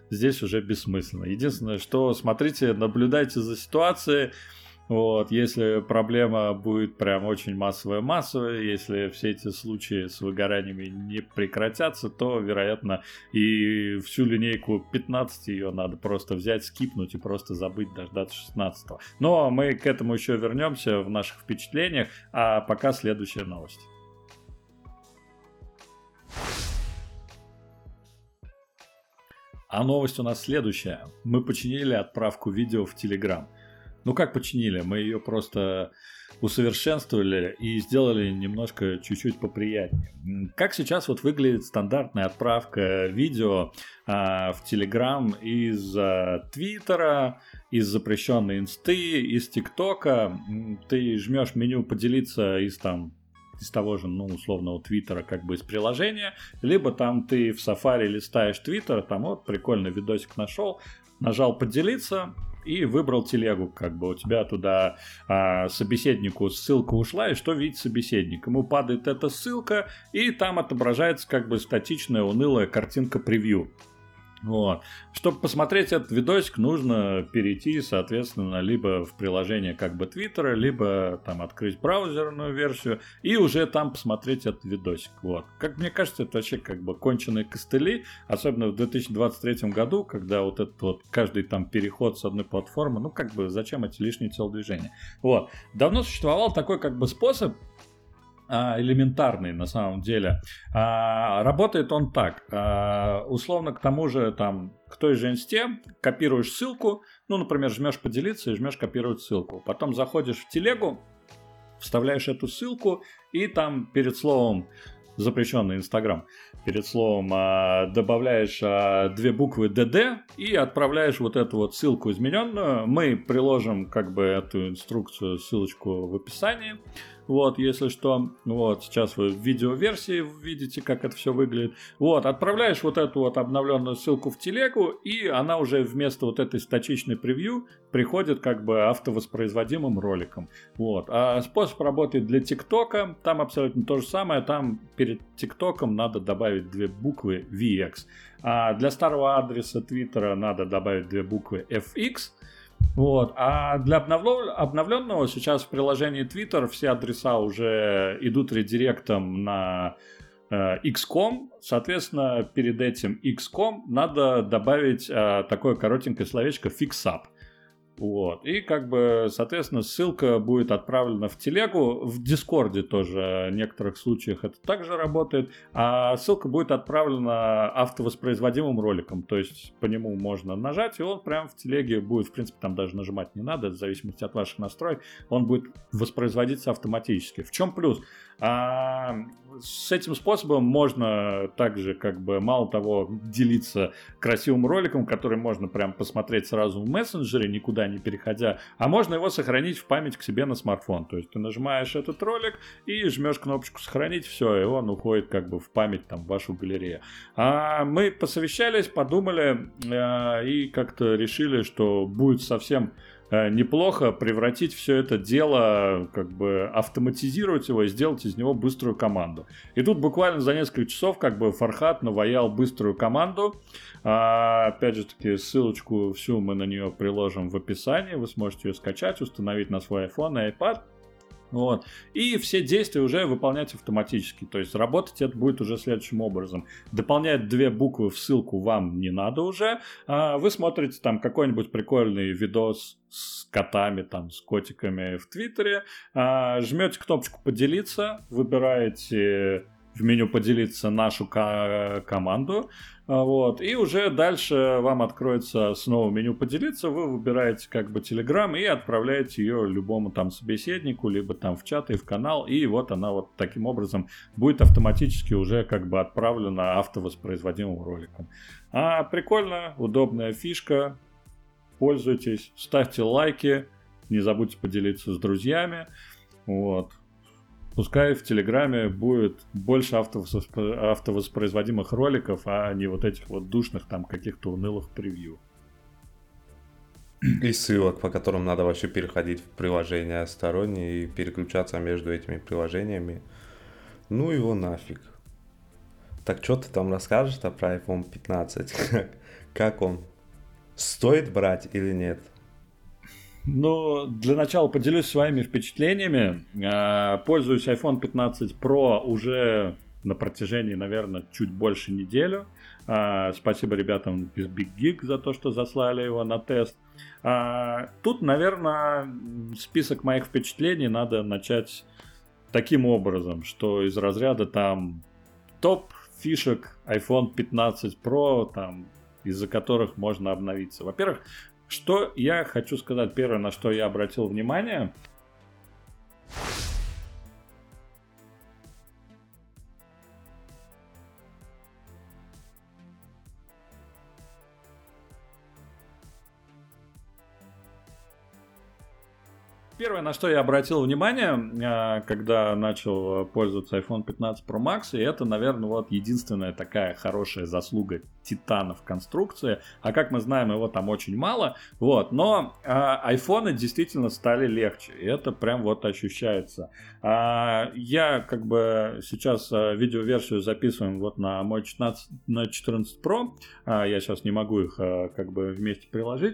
здесь уже бессмысленно. Единственное, что смотрите, наблюдайте за ситуацией. Вот, если проблема будет прям очень массовая-массовая, если все эти случаи с выгораниями не прекратятся, то, вероятно, и всю линейку пятнадцать ее надо просто взять, скипнуть и просто забыть, дождаться шестнадцатого. Но мы к этому еще вернемся в наших впечатлениях, а пока следующая новость. А новость у нас следующая. Мы починили отправку видео в Telegram. Ну как починили? Мы ее просто усовершенствовали и сделали немножко чуть-чуть поприятнее. Как сейчас вот выглядит стандартная отправка видео а, в Telegram из а, Твиттера, из запрещенной инсты, из ТикТока. Ты жмешь меню «Поделиться» из там из того же, ну, условного Твиттера, как бы из приложения, либо там ты в Safari листаешь Твиттер, там вот прикольный видосик нашел, нажал «Поделиться», и выбрал телегу, как бы у тебя туда а, собеседнику ссылка ушла, и что видит собеседник? Ему падает эта ссылка, и там отображается как бы статичная, унылая картинка превью. Вот. Чтобы посмотреть этот видосик, нужно перейти, соответственно, либо в приложение как бы Твиттера, либо там открыть браузерную версию и уже там посмотреть этот видосик. Вот. Как мне кажется, это вообще как бы конченые костыли, особенно в две тысячи двадцать третьем году, когда вот этот вот каждый там переход с одной платформы, ну как бы зачем эти лишние телодвижения. Вот. Давно существовал такой как бы способ, элементарный на самом деле. А, работает он так. А, условно к тому же там к той же инсте копируешь ссылку, ну, например, жмешь «Поделиться» и жмешь «Копировать ссылку». Потом заходишь в телегу, вставляешь эту ссылку и там перед словом запрещенный Инстаграм, перед словом а, добавляешь а, две буквы «ди ди» и отправляешь вот эту вот ссылку измененную. Мы приложим как бы эту инструкцию, ссылочку в описании. Вот, если что, вот, сейчас вы в видеоверсии видите, как это все выглядит. Вот, отправляешь вот эту вот обновленную ссылку в телегу, и она уже вместо вот этой статичной превью приходит как бы автовоспроизводимым роликом. Вот, а способ работает для ТикТока, там абсолютно то же самое, там перед ТикТоком надо добавить две буквы ви экс. А для старого адреса Твиттера надо добавить две буквы эф икс. Вот. А для обновлен... обновленного сейчас в приложении Twitter все адреса уже идут редиректом на э, икс точка ком. Соответственно, перед этим икс точка ком надо добавить э, такое коротенькое словечко «фиксап». Вот. И как бы, соответственно, ссылка будет отправлена в телегу. В Дискорде тоже в некоторых случаях это также работает. А ссылка будет отправлена автовоспроизводимым роликом. То есть по нему можно нажать, и он прям в телеге будет, в принципе, там даже нажимать не надо, в зависимости от ваших настроек, он будет воспроизводиться автоматически. В чем плюс? А, с этим способом можно также, как бы, мало того, делиться красивым роликом, который можно прям посмотреть сразу в мессенджере, никуда не переходя, а можно его сохранить в память к себе на смартфон. То есть ты нажимаешь этот ролик и жмешь кнопочку «Сохранить», все, и он уходит как бы в память, там, в вашу галерею. А мы посовещались, подумали э, и как-то решили, что будет совсем неплохо превратить все это дело, как бы автоматизировать его и сделать из него быструю команду. И тут буквально за несколько часов как бы Фархад наваял быструю команду. А, опять же таки, ссылочку всю мы на нее приложим в описании. Вы сможете ее скачать, установить на свой iPhone и iPad. Вот. И все действия уже выполнять автоматически. То есть работать это будет уже следующим образом. Дополнять две буквы в ссылку вам не надо уже. А вы смотрите там какой-нибудь прикольный видос с котами, там, с котиками в Твиттере. А, жмете кнопочку «Поделиться», выбираете в меню «Поделиться» нашу ко- команду. Вот. И уже дальше вам откроется снова меню «Поделиться», вы выбираете как бы Telegram и отправляете ее любому там собеседнику, либо там в чат и в канал, и вот она вот таким образом будет автоматически уже как бы отправлена автовоспроизводимым роликом. А прикольно, удобная фишка, пользуйтесь, ставьте лайки, не забудьте поделиться с друзьями, вот. Пускай в Телеграме будет больше автовоспро... автовоспроизводимых роликов, а не вот этих вот душных там каких-то унылых превью. И ссылок, по которым надо вообще переходить в приложения сторонние и переключаться между этими приложениями. Ну его нафиг. Так что ты там расскажешь про айфон пятнадцать? Как он? Стоит брать или нет? Ну, для начала поделюсь своими впечатлениями. Пользуюсь айфон пятнадцать про уже на протяжении, наверное, чуть больше недели. Спасибо ребятам из Big Geek за то, что заслали его на тест. Тут, наверное, список моих впечатлений надо начать таким образом, что из разряда там топ фишек айфон пятнадцать про, там, из-за которых можно обновиться. Во-первых, что я хочу сказать, первое, на что я обратил внимание. Первое, на что я обратил внимание, когда начал пользоваться айфон пятнадцать про макс, и это, наверное, вот единственная такая хорошая заслуга Титана в конструкции. А как мы знаем, его там очень мало. Вот. Но а, айфоны действительно стали легче. И это прям вот ощущается. А, я как бы сейчас а, видеоверсию записываем вот на мой четырнадцать, на четырнадцать про. А, я сейчас не могу их а, как бы вместе приложить.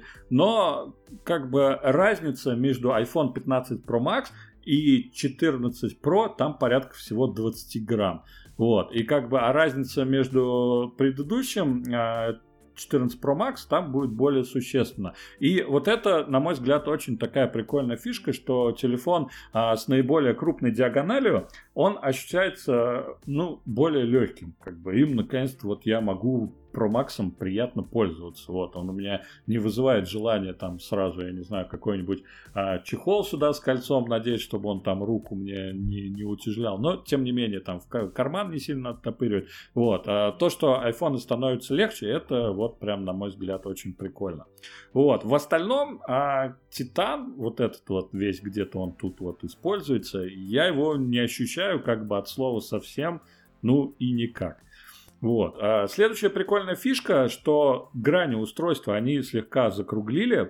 Но как бы разница между айфон пятнадцать про макс и четырнадцать про там порядка всего двадцать грамм. Вот. И как бы а разница между предыдущим четырнадцать про макс там будет более существенно. И вот это, на мой взгляд, очень такая прикольная фишка, что телефон а, с наиболее крупной диагональю, он ощущается, ну, более легким. Как бы им, наконец-то, вот я могу Pro Max'ом приятно пользоваться. Вот, он у меня не вызывает желания там сразу, я не знаю, какой-нибудь а, чехол сюда с кольцом надеть, чтобы он там руку мне не, не утяжелял. Но, тем не менее, там в карман не сильно оттопыривать. Вот. А то, что айфоны становятся легче, это вот прям, на мой взгляд, очень прикольно. Вот. В остальном, а, Титан, вот этот вот весь где-то он тут вот используется, я его не ощущаю как бы от слова совсем, ну и никак. Вот. А следующая прикольная фишка, что грани устройства они слегка закруглили,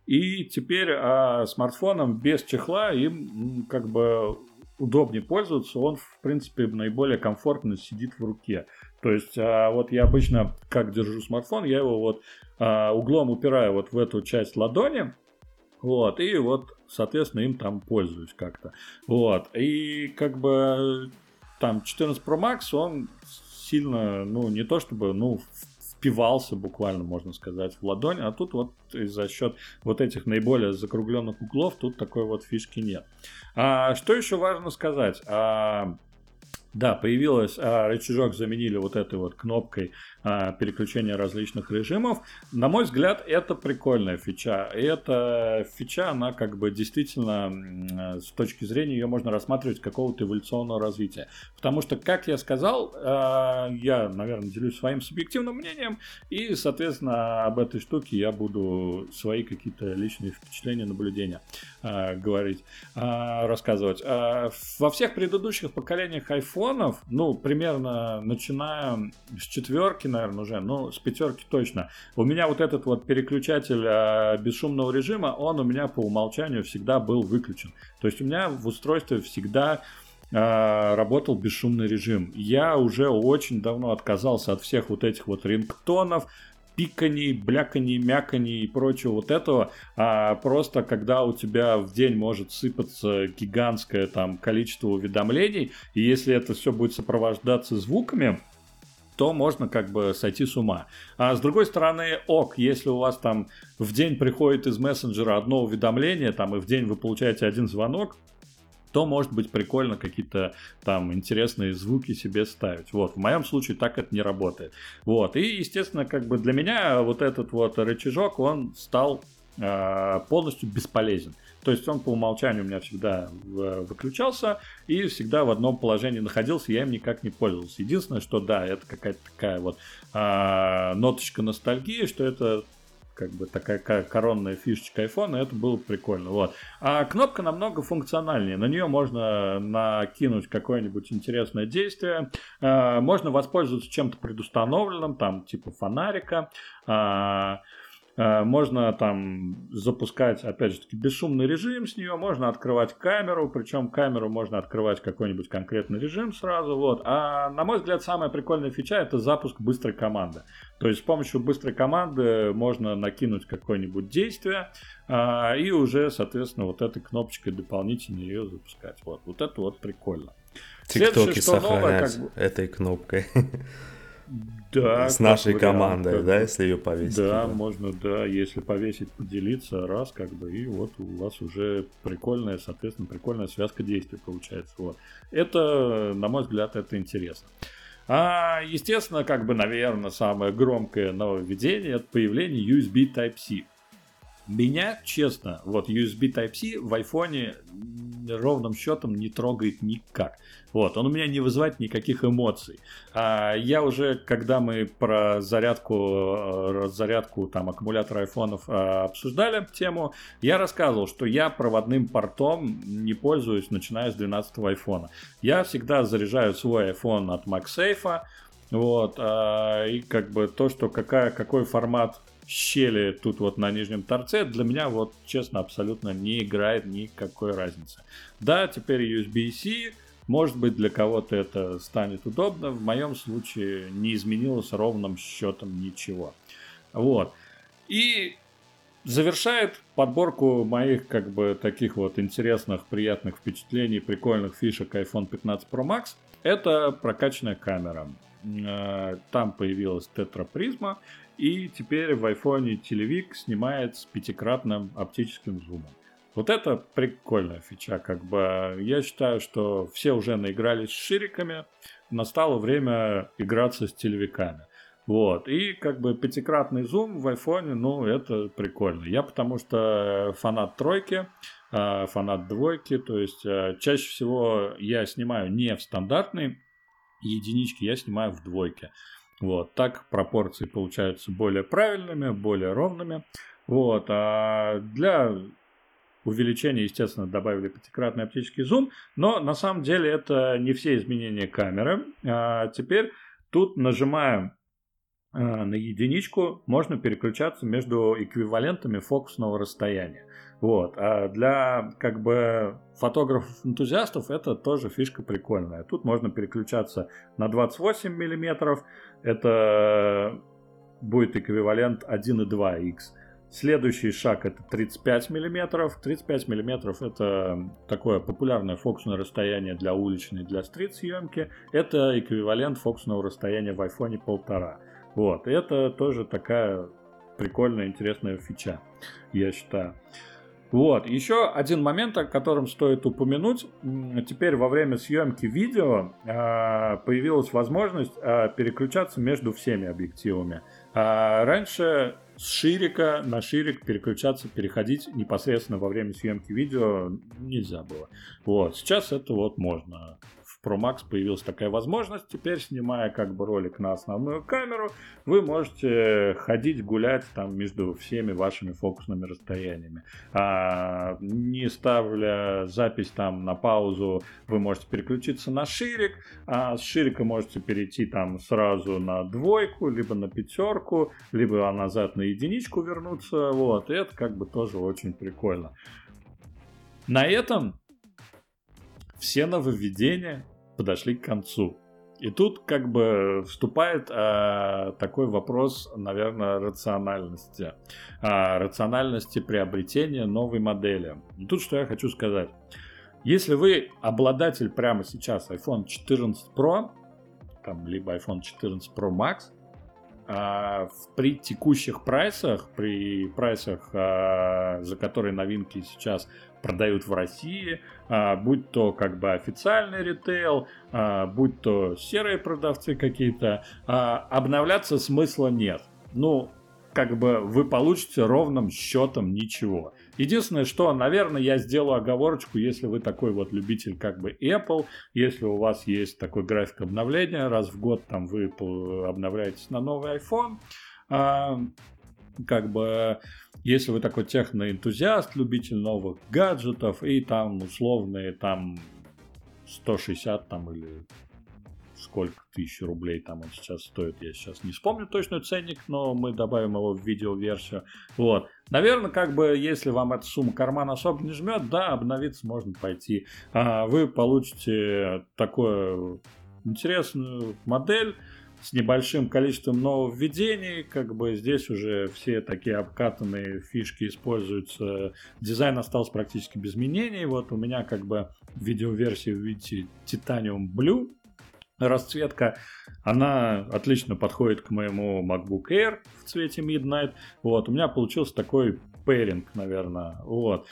и теперь а, смартфоном без чехла им как бы удобнее пользоваться, он в принципе наиболее комфортно сидит в руке. То есть а, вот я обычно как держу смартфон, я его вот а, углом упираю вот в эту часть ладони, вот, и вот соответственно им там пользуюсь как-то. Вот. И как бы там четырнадцать про макс, он сильно, ну, не то чтобы, ну, впивался буквально, можно сказать, в ладонь, а тут вот за счет вот этих наиболее закругленных углов тут такой вот фишки нет. А, что еще важно сказать? А, да, появилась, а, рычажок заменили вот этой вот кнопкой а, переключения различных режимов. На мой взгляд, это прикольная фича. И эта фича, она как бы действительно с точки зрения ее можно рассматривать какого-то эволюционного развития. Потому что, как я сказал, а, я, наверное, делюсь своим субъективным мнением, и, соответственно, об этой штуке я буду свои какие-то личные впечатления, наблюдения а, говорить, а, рассказывать. А, во всех предыдущих поколениях iPhone, ну, примерно начиная с четверки, наверное, уже, ну, с пятерки точно. У меня вот этот вот переключатель э, бесшумного режима, он у меня по умолчанию всегда был выключен. То есть у меня в устройстве всегда э, работал бесшумный режим. Я уже очень давно отказался от всех вот этих вот рингтонов, пиканий, бляканий, мяканий и прочего вот этого, а просто когда у тебя в день может сыпаться гигантское там количество уведомлений, и если это все будет сопровождаться звуками, то можно как бы сойти с ума. А с другой стороны, ок, если у вас там в день приходит из мессенджера одно уведомление, там и в день вы получаете один звонок, то может быть прикольно какие-то там интересные звуки себе ставить. Вот, в моем случае так это не работает. Вот, и естественно, как бы для меня вот этот вот рычажок, он стал э, полностью бесполезен. То есть он по умолчанию у меня всегда выключался и всегда в одном положении находился, я им никак не пользовался. Единственное, что да, это какая-то такая вот э, ноточка ностальгии, что это как бы такая коронная фишечка айфона, это было прикольно. Вот. А кнопка намного функциональнее. На нее можно накинуть какое-нибудь интересное действие. Можно воспользоваться чем-то предустановленным, там типа фонарика. Можно там запускать, опять же таки, бесшумный режим с нее, можно открывать камеру, причем камеру можно открывать какой-нибудь конкретный режим сразу, вот. А на мой взгляд, самая прикольная фича — это запуск быстрой команды. То есть с помощью быстрой команды можно накинуть какое-нибудь действие и уже, соответственно, вот этой кнопочкой дополнительно ее запускать. Вот, вот это вот прикольно. Тиктоки сохранять новое, как бы... этой кнопкой. Да, с нашей вариант, командой, как... да, если ее повесить. Да, туда. Можно, да, если повесить, поделиться, раз, как бы, и вот у вас уже прикольная, соответственно, прикольная связка действий получается. Вот. Это, на мой взгляд, это интересно. А, естественно, как бы, наверное, самое громкое нововведение — это появление ю эс би Type-C. Меня, честно, вот ю эс би Type-C в айфоне ровным счетом не трогает никак. Вот, он у меня не вызывает никаких эмоций. А я уже, когда мы про зарядку, зарядку там, аккумулятора айфонов обсуждали тему, я рассказывал, что я проводным портом не пользуюсь, начиная с двенадцатого айфона. Я всегда заряжаю свой iPhone от MagSafe. Вот, и как бы то, что какая, какой формат щели тут вот на нижнем торце, для меня вот честно абсолютно не играет никакой разницы. Да, теперь ю эс би-C, может быть для кого-то это станет удобно, в моем случае не изменилось ровным счетом ничего. Вот. И завершает подборку моих как бы таких вот интересных, приятных впечатлений, прикольных фишек iPhone пятнадцать Pro Max, это прокачанная камера. Там появилась тетрапризма, и теперь в айфоне Телевик снимает с пятикратным оптическим зумом. Вот это прикольная фича, как бы. Я считаю, что все уже наигрались с шириками, настало время играться с телевиками. Вот, и как бы пятикратный зум в айфоне, ну, это прикольно. Я потому что фанат тройки, фанат двойки, то есть чаще всего я снимаю не в стандартной единичке, я снимаю в двойке. Вот, так пропорции получаются более правильными, более ровными. Вот, а для увеличения, естественно, добавили пятикратный оптический зум, но на самом деле это не все изменения камеры. А теперь тут нажимаем а, на единичку, можно переключаться между эквивалентами фокусного расстояния. Вот. А для как бы фотографов-энтузиастов это тоже фишка прикольная. Тут можно переключаться на двадцать восемь миллиметров. Это будет эквивалент один и два икс. Следующий шаг — это тридцать пять миллиметров. тридцать пять миллиметров это такое популярное фокусное расстояние для уличной, для стрит-съемки. Это эквивалент фокусного расстояния в айфоне полтора. Вот. И это тоже такая прикольная, интересная фича, я считаю. Вот, еще один момент, о котором стоит упомянуть. Теперь во время съемки видео э, появилась возможность э, переключаться между всеми объективами. А раньше с ширика на ширик переключаться, переходить непосредственно во время съемки видео нельзя было. Вот, сейчас это вот можно. В Pro Max появилась такая возможность. Теперь, снимая как бы ролик на основную камеру, вы можете ходить, гулять там между всеми вашими фокусными расстояниями. А, не ставля запись там на паузу, вы можете переключиться на ширик, а с ширика можете перейти там сразу на двойку, либо на пятерку, либо назад на единичку вернуться. Вот, и это как бы тоже очень прикольно. На этом все нововведения подошли к концу. И тут как бы вступает э, такой вопрос, наверное, рациональности. Э, рациональности приобретения новой модели. И тут что я хочу сказать. Если вы обладатель прямо сейчас iPhone четырнадцать Pro, там, либо iPhone четырнадцать Pro Max, э, при текущих прайсах, при прайсах, э, за которые новинки сейчас продают в России, а, будь то как бы официальный ритейл, а, будь то серые продавцы какие-то, а, обновляться смысла нет. Ну, как бы вы получите ровным счетом ничего. Единственное, что, наверное, я сделаю оговорочку, если вы такой вот любитель как бы Apple, если у вас есть такой график обновления, раз в год там вы обновляетесь на новый iPhone, а, как бы, если вы такой техноэнтузиаст, любитель новых гаджетов и там условные там сто шестьдесят там или сколько тысяч рублей там он сейчас стоит, я сейчас не вспомню точный ценник, но мы добавим его в видеоверсию. Вот. Наверное, как бы, если вам эта сумма карман особо не жмет, да, обновиться можно пойти. А вы получите такую интересную модель с небольшим количеством нововведений, как бы здесь уже все такие обкатанные фишки используются, дизайн остался практически без изменений. Вот у меня как бы в видеоверсии, вы видите, Titanium Blue расцветка, она отлично подходит к моему MacBook Air в цвете Midnight. Вот, у меня получился такой пэринг, наверное, вот.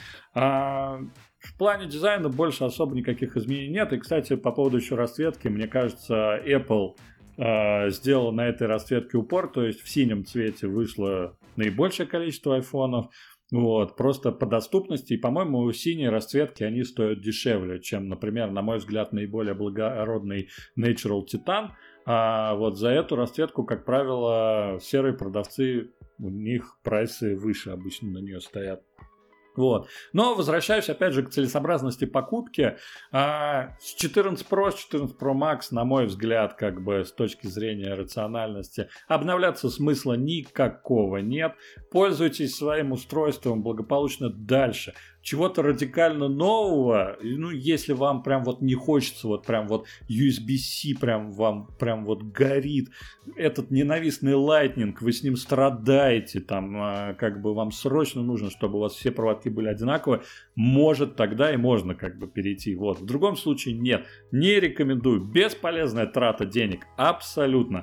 А в плане дизайна больше особо никаких изменений нет. И, кстати, по поводу еще расцветки, мне кажется, Apple сделал на этой расцветке упор, то есть в синем цвете вышло наибольшее количество айфонов, вот, просто по доступности, и, по-моему, синие расцветки, они стоят дешевле, чем, например, на мой взгляд, наиболее благородный Natural Titan, а вот за эту расцветку, как правило, серые продавцы, у них прайсы выше обычно на нее стоят. Вот. Но возвращаюсь опять же к целесообразности покупки. А, с четырнадцать Pro, с четырнадцать Pro Max, на мой взгляд, как бы с точки зрения рациональности, обновляться смысла никакого нет. Пользуйтесь своим устройством благополучно дальше. Чего-то радикально нового, ну, если вам прям вот не хочется, вот прям вот ю эс би-C прям вам прям вот горит, этот ненавистный Lightning, вы с ним страдаете, там, как бы вам срочно нужно, чтобы у вас все проводки были одинаковые, может тогда и можно как бы перейти. Вот. В другом случае нет, не рекомендую, бесполезная трата денег, абсолютно.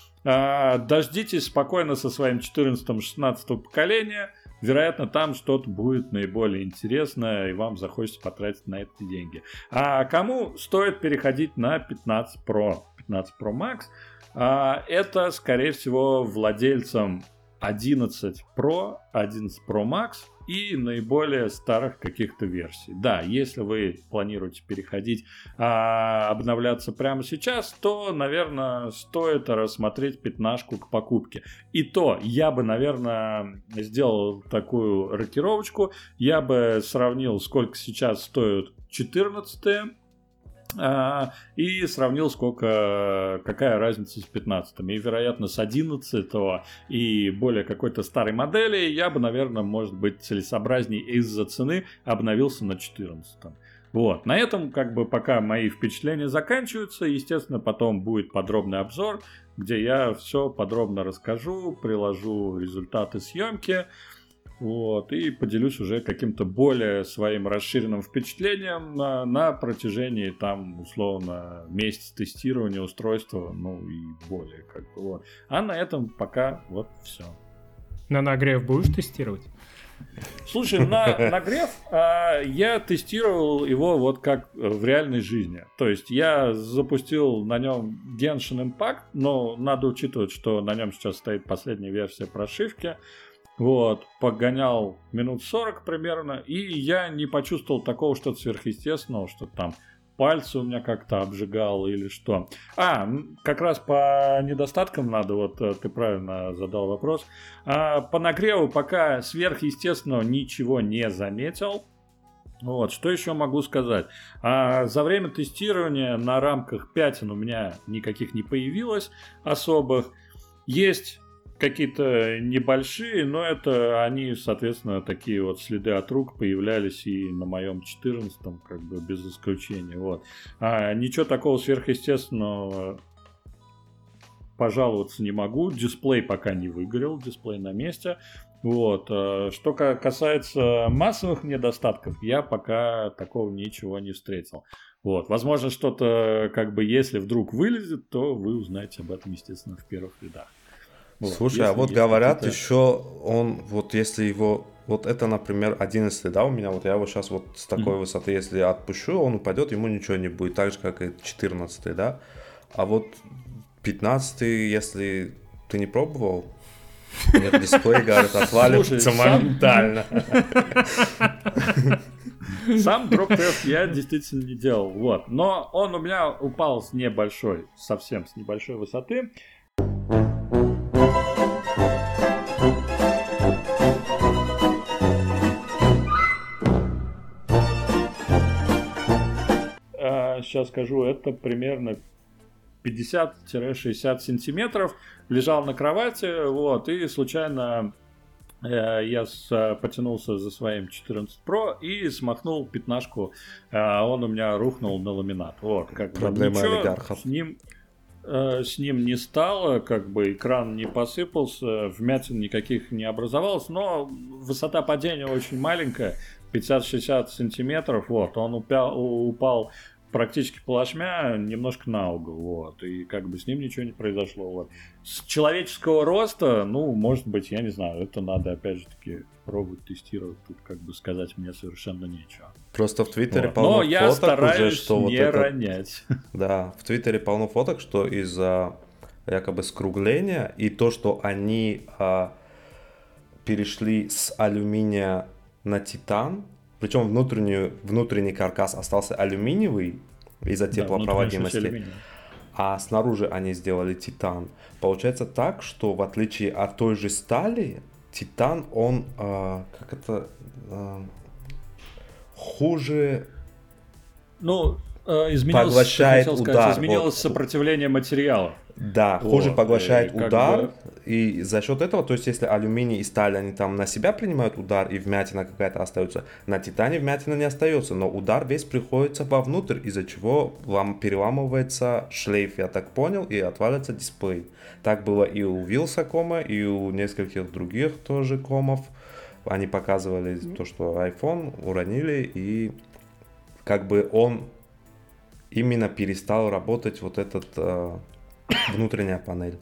Дождитесь спокойно со своим четырнадцатого-шестнадцатого поколения. Вероятно, там что-то будет наиболее интересное, и вам захочется потратить на это деньги. А кому стоит переходить на пятнадцать Pro, пятнадцать Pro Max? Это, скорее всего, владельцам одиннадцать Pro, одиннадцать Pro Max и наиболее старых каких-то версий. Да, если вы планируете переходить, а, обновляться прямо сейчас, то, наверное, стоит рассмотреть пятнашку к покупке. И то я бы, наверное, сделал такую рокировочку. Я бы сравнил, сколько сейчас стоят четырнадцатые, и сравнил, сколько, какая разница с пятнадцатым. И, вероятно, с одиннадцатого и более какой-то старой модели я бы, наверное, может быть, целесообразнее из-за цены обновился на четырнадцатом. Вот. На этом, как бы, пока мои впечатления заканчиваются. Естественно, потом будет подробный обзор, где я все подробно расскажу, приложу результаты съемки. Вот, и поделюсь уже каким-то более своим расширенным впечатлением на, на протяжении там условно месяца тестирования устройства, ну и более как бы вот. А на этом пока вот все. На нагрев будешь тестировать? Слушай, на нагрев а, я тестировал его вот как в реальной жизни. То есть я запустил на нем Genshin Impact, но надо учитывать, что на нем сейчас стоит последняя версия прошивки. Вот, погонял минут сорок примерно, и я не почувствовал такого что-то сверхъестественного, что там пальцы у меня как-то обжигало или что. А, как раз по недостаткам надо, вот ты правильно задал вопрос. А, по нагреву пока сверхъестественного ничего не заметил. Вот, что еще могу сказать? А, за время тестирования на рамках пятен у меня никаких не появилось особых. Есть какие-то небольшие, но это они, соответственно, такие вот следы от рук появлялись и на моем четырнадцатом, как бы без исключения. Вот. А ничего такого сверхъестественного пожаловаться не могу. Дисплей пока не выгорел, дисплей на месте. Вот. Что касается массовых недостатков, я пока такого ничего не встретил. Вот. Возможно, что-то, как бы, если вдруг вылезет, то вы узнаете об этом, естественно, в первых рядах. Вот. Слушай, Если а вот говорят какие-то... еще, он, вот если его, вот это, например, одиннадцатый, да, у меня, вот я его сейчас вот с такой mm-hmm. высоты, если отпущу, он упадет, ему ничего не будет, так же, как и четырнадцатый, да, а вот пятнадцатый, если ты не пробовал, нет, дисплей, говорят, отваливается моментально. Сам дроп-тест я действительно не делал, вот, но он у меня упал с небольшой, совсем с небольшой высоты. Сейчас скажу, это примерно пятьдесят-шестьдесят сантиметров, лежал на кровати, вот, и случайно э, я с, потянулся за своим четырнадцать про и смахнул пятнашку, э, он у меня рухнул на ламинат. Вот, как бы Проблема ничего олигархов. с ним, э, с ним не стало, как бы экран не посыпался, вмятин никаких не образовалось, но высота падения очень маленькая, пятьдесят-шестьдесят сантиметров, вот, он упал, упал практически плашмя, немножко на угол, вот, и как бы с ним ничего не произошло, вот. С человеческого роста, ну, может быть, я не знаю, это надо, опять же таки, пробовать, тестировать, тут как бы сказать мне совершенно нечего. Просто в Твиттере Вот. полно Но я фоток стараюсь уже, что вот не это... ронять. Да, в Твиттере полно фоток, что из-за якобы скругления и то, что они а, перешли с алюминия на титан, причем внутреннюю, внутренний каркас остался алюминиевый из-за теплопроводимости, Да, а снаружи они сделали титан. Получается так, что в отличие от той же стали, титан, он, а, как это, а, хуже... Ну, изменилось, поглощает сказать, удар. изменилось Вот. сопротивление материала. Да, Вот, хуже поглощает и как удар, бы... и за счет этого, то есть если алюминий и сталь, они там на себя принимают удар, и вмятина какая-то остается, на титане вмятина не остается, но удар весь приходится вовнутрь, из-за чего вам переламывается шлейф, я так понял, и отваливается дисплей. Так было и у Вилсакома, и у нескольких других тоже комов. Они показывали то, что iPhone уронили, и как бы он именно перестал работать, вот этот... внутренняя панель.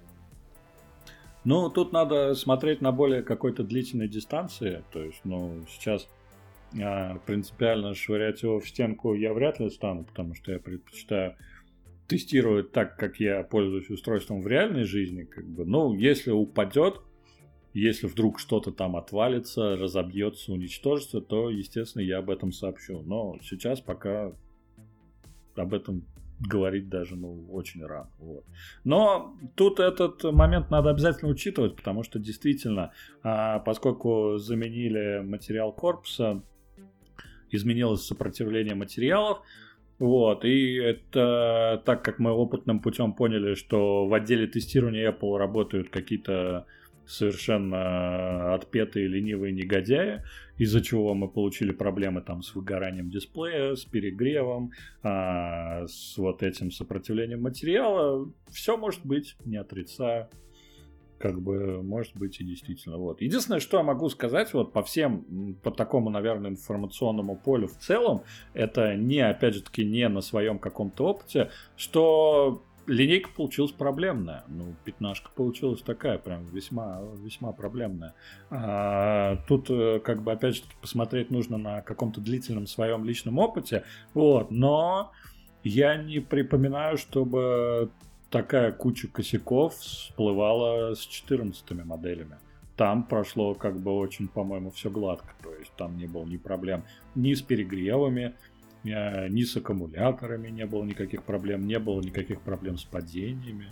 Ну, тут надо смотреть на более какой-то длительной дистанции. То есть, ну, сейчас а, принципиально швырять его в стенку я вряд ли стану, потому что я предпочитаю тестировать так, как я пользуюсь устройством в реальной жизни. Как бы. Ну, если упадет, если вдруг что-то там отвалится, разобьется, уничтожится, то, естественно, я об этом сообщу. Но сейчас пока об этом говорить даже, ну, очень рано. Вот. Но тут этот момент надо обязательно учитывать, потому что действительно, а, поскольку заменили материал корпуса, изменилось сопротивление материалов, вот, и это так как мы опытным путем поняли, что в отделе тестирования Apple работают какие-то совершенно отпетые ленивые негодяи, из-за чего мы получили проблемы там с выгоранием дисплея, с перегревом, а, с вот этим сопротивлением материала. Все может быть, не отрицаю. Как бы, может быть и действительно. Вот. Единственное, что я могу сказать, вот по всем, по такому, наверное, информационному полю в целом, это не, опять же таки, не на своем каком-то опыте, что линейка получилась проблемная. Ну, пятнашка получилась такая, прям весьма, весьма проблемная. А, тут, как бы, опять же таки, посмотреть нужно на каком-то длительном своем личном опыте. Вот, но я не припоминаю, чтобы такая куча косяков всплывала с четырнадцатыми моделями. Там прошло, как бы, очень, по-моему, все гладко. То есть там не было ни проблем ни с перегревами, ни с аккумуляторами не было никаких проблем, не было никаких проблем с падениями.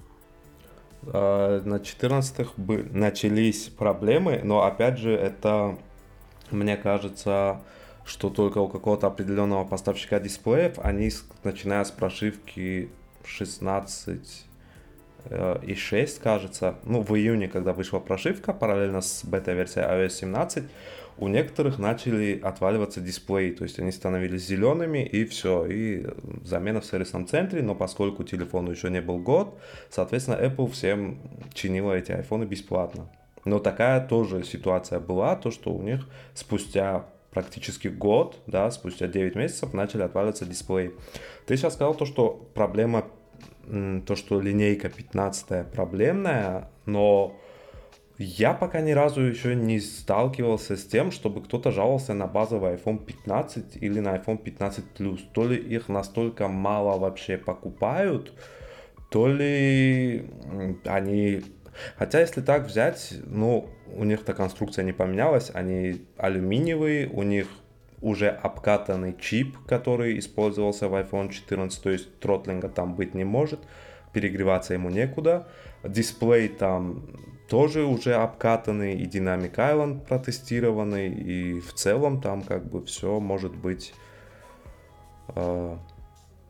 На четырнадцатых начались проблемы, но опять же это, мне кажется, что только у какого-то определенного поставщика дисплеев, они, начиная с прошивки шестнадцать и шесть, кажется, ну в июне, когда вышла прошивка, параллельно с бета-версией ай о эс семнадцать, у некоторых начали отваливаться дисплеи, то есть они становились зелеными и все, и замена в сервисном центре, но поскольку телефону еще не был год, соответственно Apple всем чинила эти айфоны бесплатно. Но такая тоже ситуация была, то что у них спустя практически год, да, спустя девять месяцев начали отваливаться дисплеи. Ты сейчас сказал то, что проблема, то что линейка пятнадцатая проблемная, но я пока ни разу еще не сталкивался с тем, чтобы кто-то жаловался на базовый iPhone пятнадцать или на iPhone пятнадцать плюс. То ли их настолько мало вообще покупают, то ли они... Хотя если так взять, ну, у них-то конструкция не поменялась, они алюминиевые, у них уже обкатанный чип, который использовался в iPhone четырнадцать, то есть тротлинга там быть не может, перегреваться ему некуда. Дисплей там тоже уже обкатанный, и Dynamic Island протестированный, и в целом там как бы все может быть э,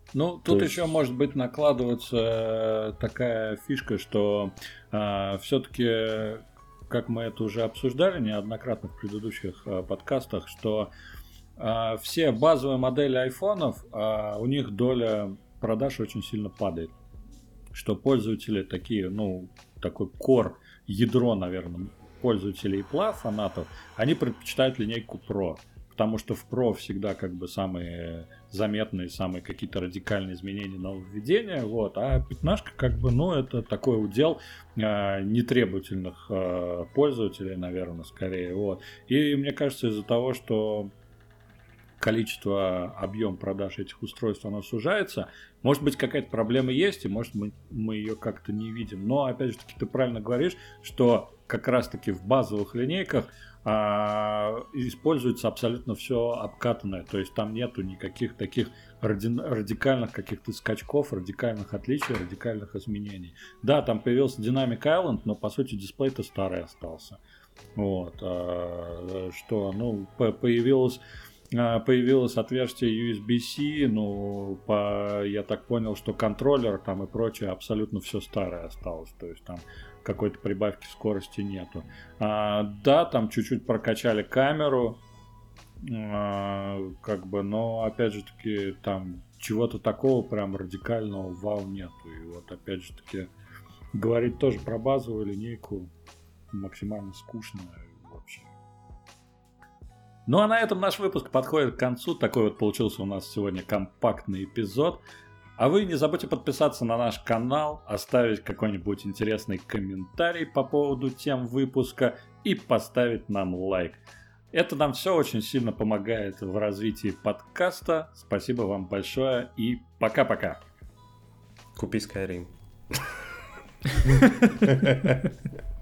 Ну, тут есть... еще может быть накладываться такая фишка, что э, все-таки, как мы это уже обсуждали неоднократно в предыдущих э, подкастах, что э, все базовые модели айфонов, э, у них доля продаж очень сильно падает. Что пользователи такие, ну, такой кор, ядро, наверное, пользователей Apple, фанатов, они предпочитают линейку Pro. Потому что в Pro всегда как бы самые заметные, самые какие-то радикальные изменения, нововведения, вот, а пятнашка как бы, ну, это такой удел э, нетребовательных э, пользователей, наверное, скорее, вот. И мне кажется, из-за того, что количество, объем продаж этих устройств, оно сужается, может быть, какая-то проблема есть, и может мы, мы ее как-то не видим, но, опять же таки, ты правильно говоришь, что как раз-таки в базовых линейках а, используется абсолютно все обкатанное, то есть там нету никаких таких ради, радикальных каких-то скачков, радикальных отличий, радикальных изменений. Да, там появился Dynamic Island, но по сути дисплей-то старый остался. Вот, а, что, ну, появилось Появилось отверстие ю эс би-C, ну, по, я так понял, что контроллер там и прочее абсолютно все старое осталось, то есть там какой-то прибавки скорости нету. А, да, там чуть-чуть прокачали камеру, а, как бы, но опять же таки там чего-то такого прям радикального вау нету. И вот опять же таки говорить тоже про базовую линейку максимально скучно. Ну а на этом наш выпуск подходит к концу. Такой вот получился у нас сегодня компактный эпизод. А вы не забудьте подписаться на наш канал, оставить какой-нибудь интересный комментарий по поводу тем выпуска и поставить нам лайк. Это нам все очень сильно помогает в развитии подкаста. Спасибо вам большое и пока-пока. Купи Skyrim.